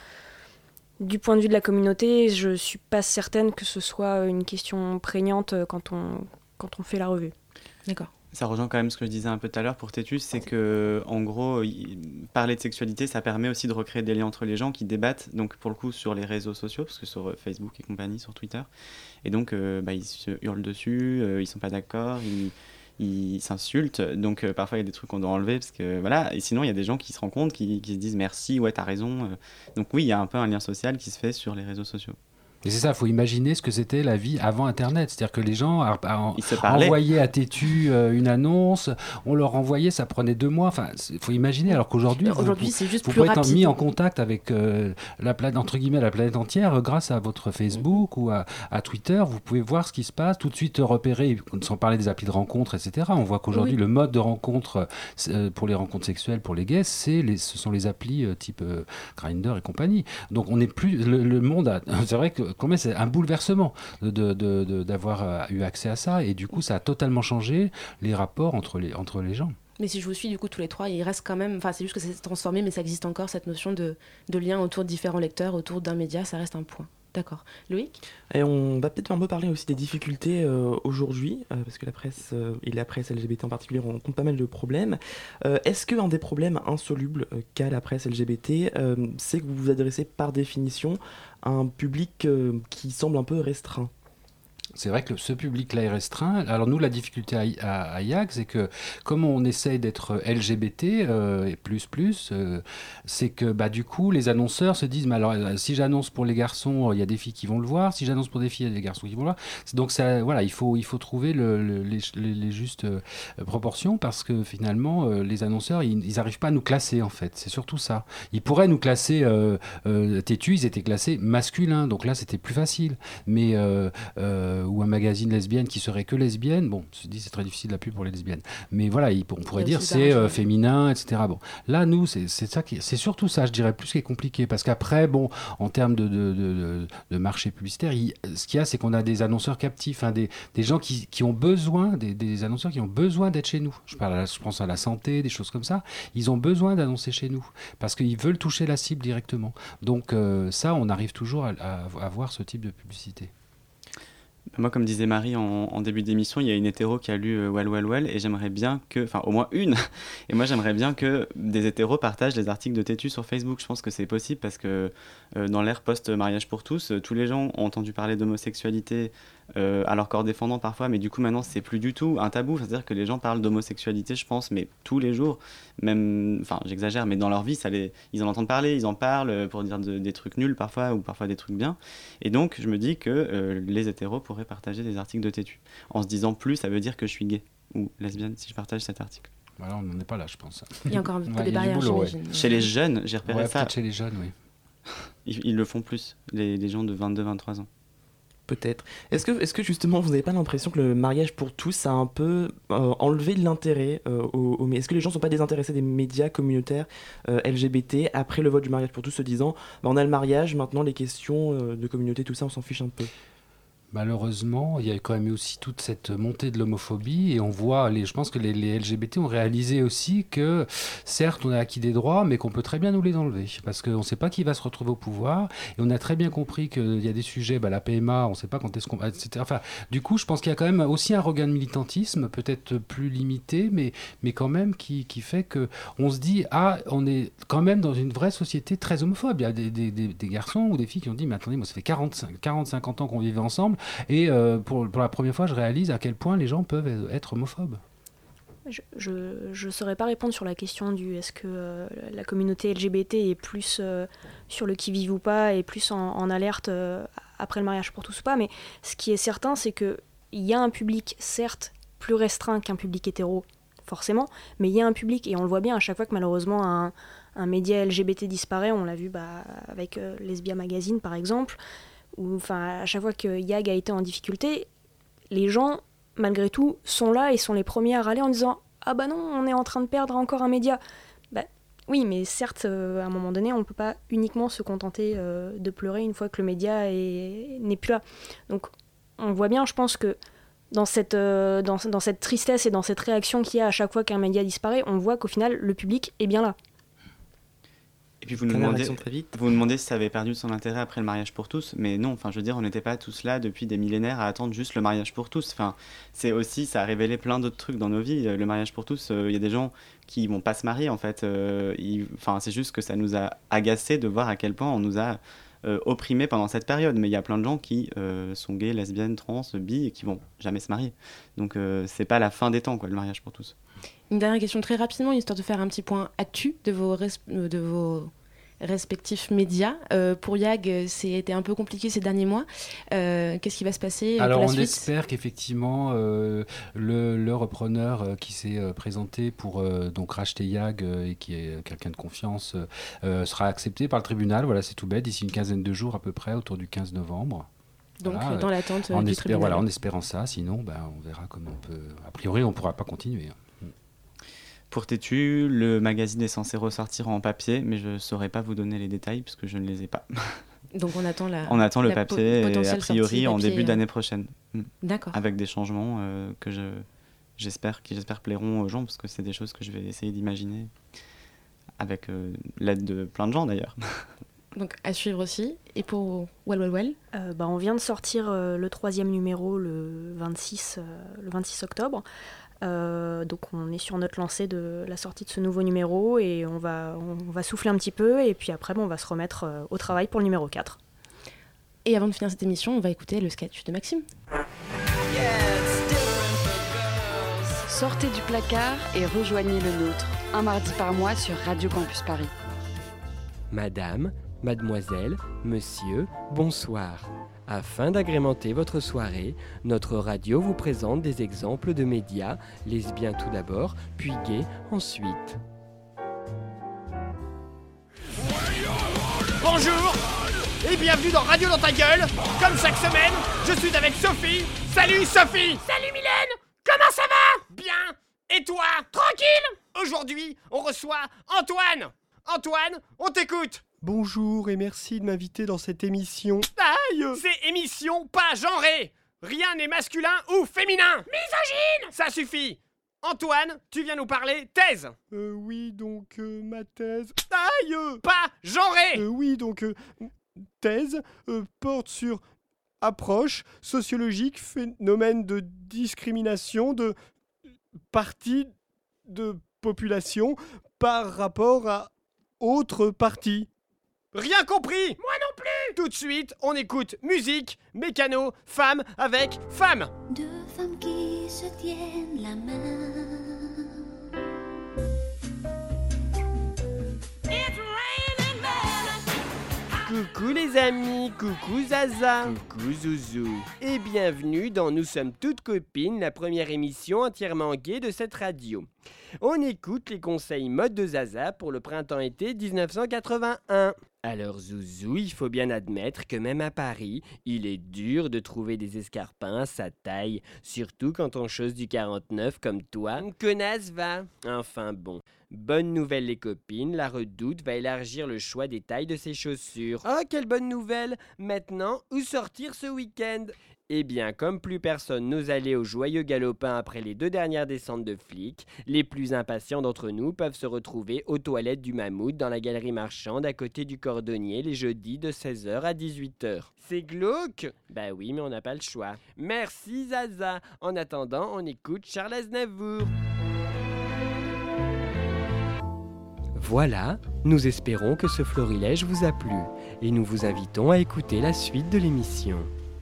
du point de vue de la communauté, je suis pas certaine que ce soit une question prégnante quand on, quand on fait la revue. D'accord. Ça rejoint quand même ce que je disais un peu tout à l'heure pour Tétus, c'est que en gros, y- parler de sexualité, ça permet aussi de recréer des liens entre les gens qui débattent, donc pour le coup sur les réseaux sociaux, parce que sur euh, Facebook et compagnie, sur Twitter, et donc euh, bah, ils se hurlent dessus, euh, ils sont pas d'accord, ils, ils s'insultent, donc euh, parfois il y a des trucs qu'on doit enlever, parce que voilà, et sinon il y a des gens qui se rencontrent, qui, qui se disent merci, ouais t'as raison, euh. donc oui, il y a un peu un lien social qui se fait sur les réseaux sociaux. Et c'est ça, il faut imaginer ce que c'était la vie avant Internet. C'est-à-dire que les gens a, a, en, Ils se parlaient. envoyaient à Tétu euh, une annonce, on leur envoyait, ça prenait deux mois. Enfin, il faut imaginer. Alors qu'aujourd'hui, vous, Aujourd'hui, vous, c'est juste vous plus pouvez être rapide. mis en contact avec euh, la planète, entre guillemets, la planète entière euh, grâce à votre Facebook ou à, à Twitter. Vous pouvez voir ce qui se passe, tout de suite repérer, sans parler des applis de rencontre, et cetera. On voit qu'aujourd'hui, Oui. le mode de rencontre euh, pour les rencontres sexuelles, pour les gays, c'est les, ce sont les applis euh, type euh, Grindr et compagnie. Donc on n'est plus, le, le monde a, c'est vrai que quand même c'est un bouleversement de, de, de, de, d'avoir euh, eu accès à ça, et du coup ça a totalement changé les rapports entre les, entre les gens. Mais si je vous suis du coup tous les trois, il reste quand même, enfin c'est juste que ça s'est transformé, mais ça existe encore, cette notion de, de lien autour de différents lecteurs, autour d'un média, ça reste un point. D'accord. Loïc ? Et on va peut-être un peu parler aussi des difficultés euh, aujourd'hui, euh, parce que la presse, euh, et la presse L G B T en particulier, rencontrent pas mal de problèmes. Euh, est-ce qu'un des problèmes insolubles euh, qu'a la presse L G B T, euh, c'est que vous vous adressez par définition à un public euh, qui semble un peu restreint ? C'est vrai que ce public-là est restreint. Alors nous, la difficulté à, à, à I A C, c'est que comme on essaye d'être L G B T euh, et plus plus, euh, c'est que bah, du coup, les annonceurs se disent, mais alors si j'annonce pour les garçons, il y a des filles qui vont le voir. Si j'annonce pour des filles, il y a des garçons qui vont le voir. Donc ça, voilà, il faut, il faut trouver le, le, les, les, les justes euh, proportions, parce que finalement, euh, les annonceurs, ils n'arrivent pas à nous classer en fait. C'est surtout ça. Ils pourraient nous classer euh, euh, Tétu, ils étaient classés masculins, donc là c'était plus facile. Mais euh, euh, ou un magazine lesbienne qui serait que lesbienne, bon, on se dit c'est très difficile la pub pour les lesbiennes, mais voilà, il, on pourrait dire c'est euh, féminin, et cetera. Bon, là nous c'est, c'est ça qui, c'est surtout ça, je dirais, plus qui est compliqué, parce qu'après, bon, en termes de, de, de, de marché publicitaire, il, ce qu'il y a, c'est qu'on a des annonceurs captifs, hein, des, des gens qui, qui ont besoin, des, des annonceurs qui ont besoin d'être chez nous. Je parle, à la, je pense à la santé, des choses comme ça. Ils ont besoin d'annoncer chez nous parce qu'ils veulent toucher la cible directement. Donc euh, ça, on arrive toujours à, à, à voir ce type de publicité. Moi, comme disait Marie en, en début d'émission, il y a une hétéro qui a lu euh, Well Well Well, et j'aimerais bien que, enfin au moins une, et moi j'aimerais bien que des hétéros partagent les articles de Tétu sur Facebook. Je pense que c'est possible parce que euh, dans l'ère post-mariage pour tous, euh, tous les gens ont entendu parler d'homosexualité euh, à leur corps défendant parfois, mais du coup maintenant c'est plus du tout un tabou. C'est-à-dire que les gens parlent d'homosexualité, je pense, mais tous les jours, même, enfin j'exagère, mais dans leur vie, ça les, ils en entendent parler, ils en parlent pour dire de, des trucs nuls parfois, ou parfois des trucs bien. Et donc je me dis que euh, les hétéros pourraient partager des articles de Tétu. En se disant plus, ça veut dire que je suis gay ou lesbienne si je partage cet article. Voilà, on n'en est pas là, je pense. Il y a encore un peu ouais, des barrières, boulot, j'imagine. Ouais. Chez les jeunes, j'ai repéré ouais, ça. Peut-être chez les jeunes, oui. Ils, ils le font plus, les, les gens de vingt-deux à vingt-trois ans. Peut-être. Est-ce que, est-ce que justement, vous n'avez pas l'impression que le mariage pour tous a un peu euh, enlevé de l'intérêt euh, au, au... Est-ce que les gens ne sont pas désintéressés des médias communautaires euh, L G B T après le vote du mariage pour tous, se disant bah, on a le mariage, maintenant les questions euh, de communauté, tout ça, on s'en fiche un peu? Malheureusement, il y a quand même eu aussi toute cette montée de l'homophobie et on voit, les, je pense que les, les L G B T ont réalisé aussi que certes on a acquis des droits mais qu'on peut très bien nous les enlever parce qu'on ne sait pas qui va se retrouver au pouvoir et on a très bien compris qu'il y a des sujets, bah, la P M A, on ne sait pas quand est-ce qu'on... et cetera. Enfin, du coup, je pense qu'il y a quand même aussi un regain de militantisme, peut-être plus limité, mais, mais quand même qui, qui fait qu'on se dit, ah, on est quand même dans une vraie société très homophobe. Il y a des, des, des, des garçons ou des filles qui ont dit, mais attendez, moi ça fait quarante-cinq, quarante, cinquante ans qu'on vivait ensemble. Et euh, pour, pour la première fois, je réalise à quel point les gens peuvent être homophobes. Je ne saurais pas répondre sur la question du est-ce que euh, la communauté L G B T est plus euh, sur le qui-vive ou pas, et plus en, en alerte euh, après le mariage pour tous ou pas, mais ce qui est certain, c'est qu'il y a un public, certes, plus restreint qu'un public hétéro, forcément, mais il y a un public, et on le voit bien à chaque fois que malheureusement un, un média L G B T disparaît, on l'a vu bah, avec euh, Lesbia Magazine par exemple, ou enfin à chaque fois que Y A G a été en difficulté, les gens malgré tout sont là et sont les premiers à râler en disant ah bah non, on est en train de perdre encore un média. Bah oui, mais certes euh, à un moment donné on peut pas uniquement se contenter euh, de pleurer une fois que le média est... n'est plus là. Donc on voit bien, je pense que dans cette, euh, dans, dans cette tristesse et dans cette réaction qu'il y a à chaque fois qu'un média disparaît, on voit qu'au final le public est bien là. Et puis vous nous, demandez, vous nous demandez si ça avait perdu son intérêt après le mariage pour tous, mais non, enfin je veux dire, on n'était pas tous là depuis des millénaires à attendre juste le mariage pour tous. Enfin, c'est aussi, ça a révélé plein d'autres trucs dans nos vies. Le mariage pour tous, il euh, y a des gens qui vont pas se marier en fait. Euh, ils, enfin, c'est juste que ça nous a agacé de voir à quel point on nous a euh, opprimés pendant cette période. Mais il y a plein de gens qui euh, sont gays, lesbiennes, trans, bi et qui vont jamais se marier. Donc euh, c'est pas la fin des temps, quoi, le mariage pour tous. Une dernière question très rapidement, histoire de faire un petit point actu de vos, res- de vos respectifs médias. Euh, pour Y A G, c'était un peu compliqué ces derniers mois. Euh, qu'est-ce qui va se passer Alors pour la on suite ? espère qu'effectivement euh, le, le repreneur euh, qui s'est euh, présenté pour euh, donc racheter Y A G euh, et qui est quelqu'un de confiance euh, sera accepté par le tribunal. Voilà, c'est tout bête, d'ici une quinzaine de jours à peu près, autour du quinze novembre. Donc voilà, dans l'attente en du espère, tribunal. Voilà, en espérant ça, sinon ben, on verra comment on peut... A priori, on ne pourra pas continuer. Pour Tétu, le magazine est censé ressortir en papier, mais je ne saurais pas vous donner les détails puisque je ne les ai pas. Donc on attend la On attend le la papier po- et a priori en papier, début euh... d'année prochaine. D'accord. Avec des changements euh, que je, j'espère, qui j'espère plairont aux gens parce que c'est des choses que je vais essayer d'imaginer avec euh, l'aide de plein de gens d'ailleurs. Donc à suivre aussi. Et pour Well Well Well euh, bah, on vient de sortir euh, le troisième numéro le vingt-six, euh, le vingt-six octobre. Euh, donc on est sur notre lancée de la sortie de ce nouveau numéro et on va, on va souffler un petit peu et puis après bon, on va se remettre euh, au travail pour le numéro quatre. Et avant de finir cette émission, on va écouter le sketch de Maxime. Sortez du placard et rejoignez le nôtre, un mardi par mois sur Radio Campus Paris. Madame, mademoiselle, monsieur, bonsoir. Afin d'agrémenter votre soirée, notre radio vous présente des exemples de médias, lesbiens tout d'abord, puis gays ensuite. Bonjour et bienvenue dans Radio dans ta gueule. Comme chaque semaine, je suis avec Sophie. Salut Sophie. Salut Mylène. Comment ça va? Bien. Et toi? Tranquille. Aujourd'hui, on reçoit Antoine. Antoine, on t'écoute. Bonjour et merci de m'inviter dans cette émission. Aïe! C'est émission pas genrée. Rien n'est masculin ou féminin. Misogyne! Ça suffit. Antoine, tu viens nous parler thèse. Euh, oui, donc euh, ma thèse... Aïe! Pas genrée. Euh, oui, donc euh, thèse euh, porte sur approche sociologique, phénomène de discrimination de partie de population par rapport à autre partie. Rien compris. Moi non plus. Tout de suite, on écoute musique, mécano, femme avec femme. Deux femmes qui se tiennent la main. Coucou les amis, coucou Zaza, coucou Zouzou, et bienvenue dans Nous sommes toutes copines, la première émission entièrement gay de cette radio. On écoute les conseils mode de Zaza pour le printemps-été dix-neuf cent quatre-vingt-un. Alors Zouzou, il faut bien admettre que même à Paris, il est dur de trouver des escarpins à sa taille, surtout quand on chausse du quarante-neuf comme toi. Connasse va. Enfin bon. Bonne nouvelle les copines, la Redoute va élargir le choix des tailles de ses chaussures. Oh, quelle bonne nouvelle! Maintenant, où sortir ce week-end? Eh bien, comme plus personne n'ose aller au joyeux galopin après les deux dernières descentes de flics, les plus impatients d'entre nous peuvent se retrouver aux toilettes du Mammouth dans la galerie marchande à côté du Cordonnier les jeudis de seize heures à dix-huit heures. C'est glauque? Bah oui, mais on n'a pas le choix. Merci Zaza. En attendant, on écoute Charles Aznavour. Voilà, nous espérons que ce florilège vous a plu et nous vous invitons à écouter la suite de l'émission.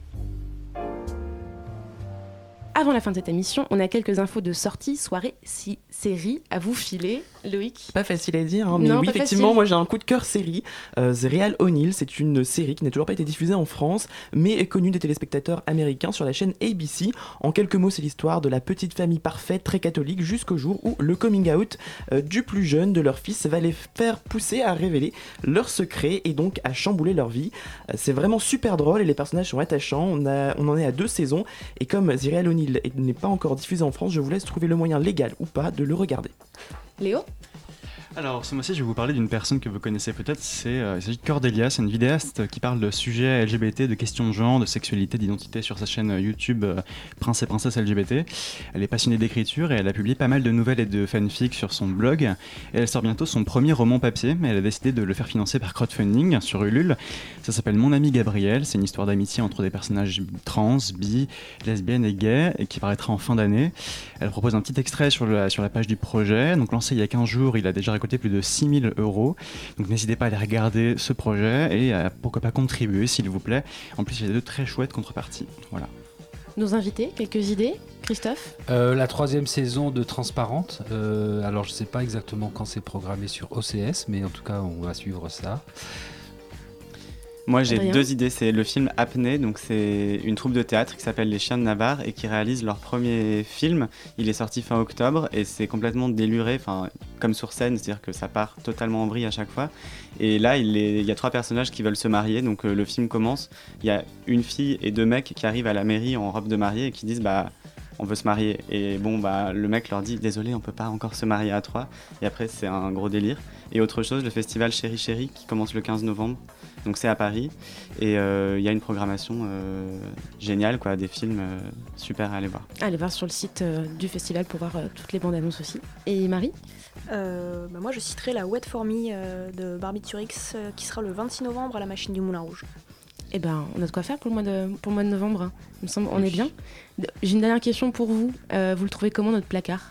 Avant la fin de cette émission, on a quelques infos de sortie, soirée, si, série à vous filer. Loïc? Pas facile à dire, hein, mais non, oui, effectivement, facile. moi j'ai un coup de cœur série. Euh, The Real O'Neill, c'est une série qui n'a toujours pas été diffusée en France, mais est connue des téléspectateurs américains sur la chaîne A B C. En quelques mots, c'est l'histoire de la petite famille parfaite, très catholique, jusqu'au jour où le coming out euh, du plus jeune de leur fils va les faire pousser à révéler leurs secrets et donc à chambouler leur vie. Euh, c'est vraiment super drôle et les personnages sont attachants. On, a, on en est à deux saisons, et comme The Real O'Neill n'est pas encore diffusé en France, je vous laisse trouver le moyen légal ou pas de le regarder. Léo? Alors, ce mois-ci, je vais vous parler d'une personne que vous connaissez peut-être, c'est, euh, il s'agit de Cordelia, c'est une vidéaste qui parle de sujets L G B T, de questions de genre, de sexualité, d'identité sur sa chaîne YouTube euh, Prince et Princesse L G B T. Elle est passionnée d'écriture et elle a publié pas mal de nouvelles et de fanfics sur son blog. Et elle sort bientôt son premier roman papier, mais elle a décidé de le faire financer par crowdfunding sur Ulule. Ça s'appelle Mon ami Gabriel, c'est une histoire d'amitié entre des personnages trans, bi, lesbiennes et gays, et qui paraîtra en fin d'année. Elle propose un petit extrait sur la, sur la page du projet. Donc lancé il y a quinze jours, il a déjà récolté plus de six mille euros. Donc n'hésitez pas à aller regarder ce projet et à pourquoi pas contribuer s'il vous plaît. En plus, il y a de très chouettes contreparties. Voilà. Nos invités, quelques idées? Christophe? euh, La troisième saison de Transparente. Euh, alors je sais pas exactement quand c'est programmé sur O C S, mais en tout cas on va suivre ça. Moi j'ai Adrien? deux idées, c'est le film Apnée, donc c'est une troupe de théâtre qui s'appelle Les Chiens de Navarre et qui réalise leur premier film. Il est sorti fin octobre et c'est complètement déluré, enfin comme sur scène, c'est-à-dire que ça part totalement en vrille à chaque fois. Et là il, est, il y a trois personnages qui veulent se marier, donc euh, le film commence, il y a une fille et deux mecs qui arrivent à la mairie en robe de mariée et qui disent bah on veut se marier. Et bon bah le mec leur dit désolé on peut pas encore se marier à trois. Et après c'est un gros délire. Et autre chose, le festival Chéri Chéri qui commence le quinze novembre. Donc c'est à Paris et il euh, y a une programmation euh, géniale, quoi, des films euh, super à aller voir. Allez voir sur le site euh, du festival pour voir euh, toutes les bandes annonces aussi. Et Marie? euh, bah Moi je citerai la Wet For Me euh, de Barbie Turix euh, qui sera le vingt-six novembre à la Machine du Moulin Rouge. Eh ben, on a de quoi faire pour le mois de, pour le mois de novembre. Il me semble, on est bien. J'ai une dernière question pour vous. Euh, vous le trouvez comment notre placard?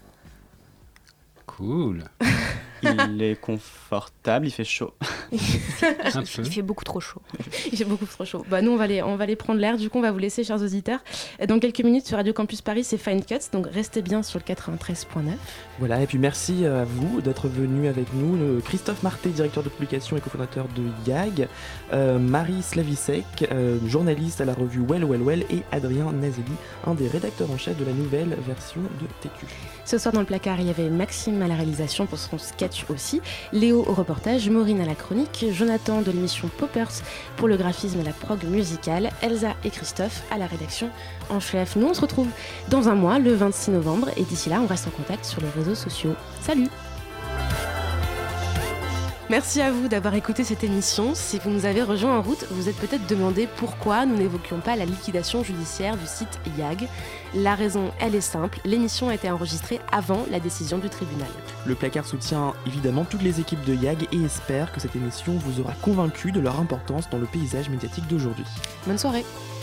Cool. Il est confortable, il fait chaud. il, il fait beaucoup trop chaud. Il fait beaucoup trop chaud. Bah, nous, on va, aller, on va aller prendre l'air. Du coup, on va vous laisser, chers auditeurs. Dans quelques minutes, sur Radio Campus Paris, c'est Fine Cuts. Donc, restez bien sur le quatre-vingt-treize point neuf. Voilà, et puis merci à vous d'être venus avec nous. Le Christophe Marté, directeur de publication et cofondateur de Y A G. Euh, Marie Slavisek, euh, journaliste à la revue Well Well Well. Et Adrien Nazeli, un des rédacteurs en chef de la nouvelle version de Tétu. Ce soir, dans le placard, il y avait Maxime à la réalisation pour son sketch aussi, Léo au reportage, Maureen à la chronique, Jonathan de l'émission Poppers pour le graphisme et la prog musicale, Elsa et Christophe à la rédaction en chef. Nous, on se retrouve dans un mois, le vingt-six novembre, et d'ici là, on reste en contact sur les réseaux sociaux. Salut! Merci à vous d'avoir écouté cette émission. Si vous nous avez rejoints en route, vous êtes peut-être demandé pourquoi nous n'évoquions pas la liquidation judiciaire du site Y A G. La raison, elle est simple, l'émission a été enregistrée avant la décision du tribunal. Le placard soutient évidemment toutes les équipes de Y A G et espère que cette émission vous aura convaincu de leur importance dans le paysage médiatique d'aujourd'hui. Bonne soirée!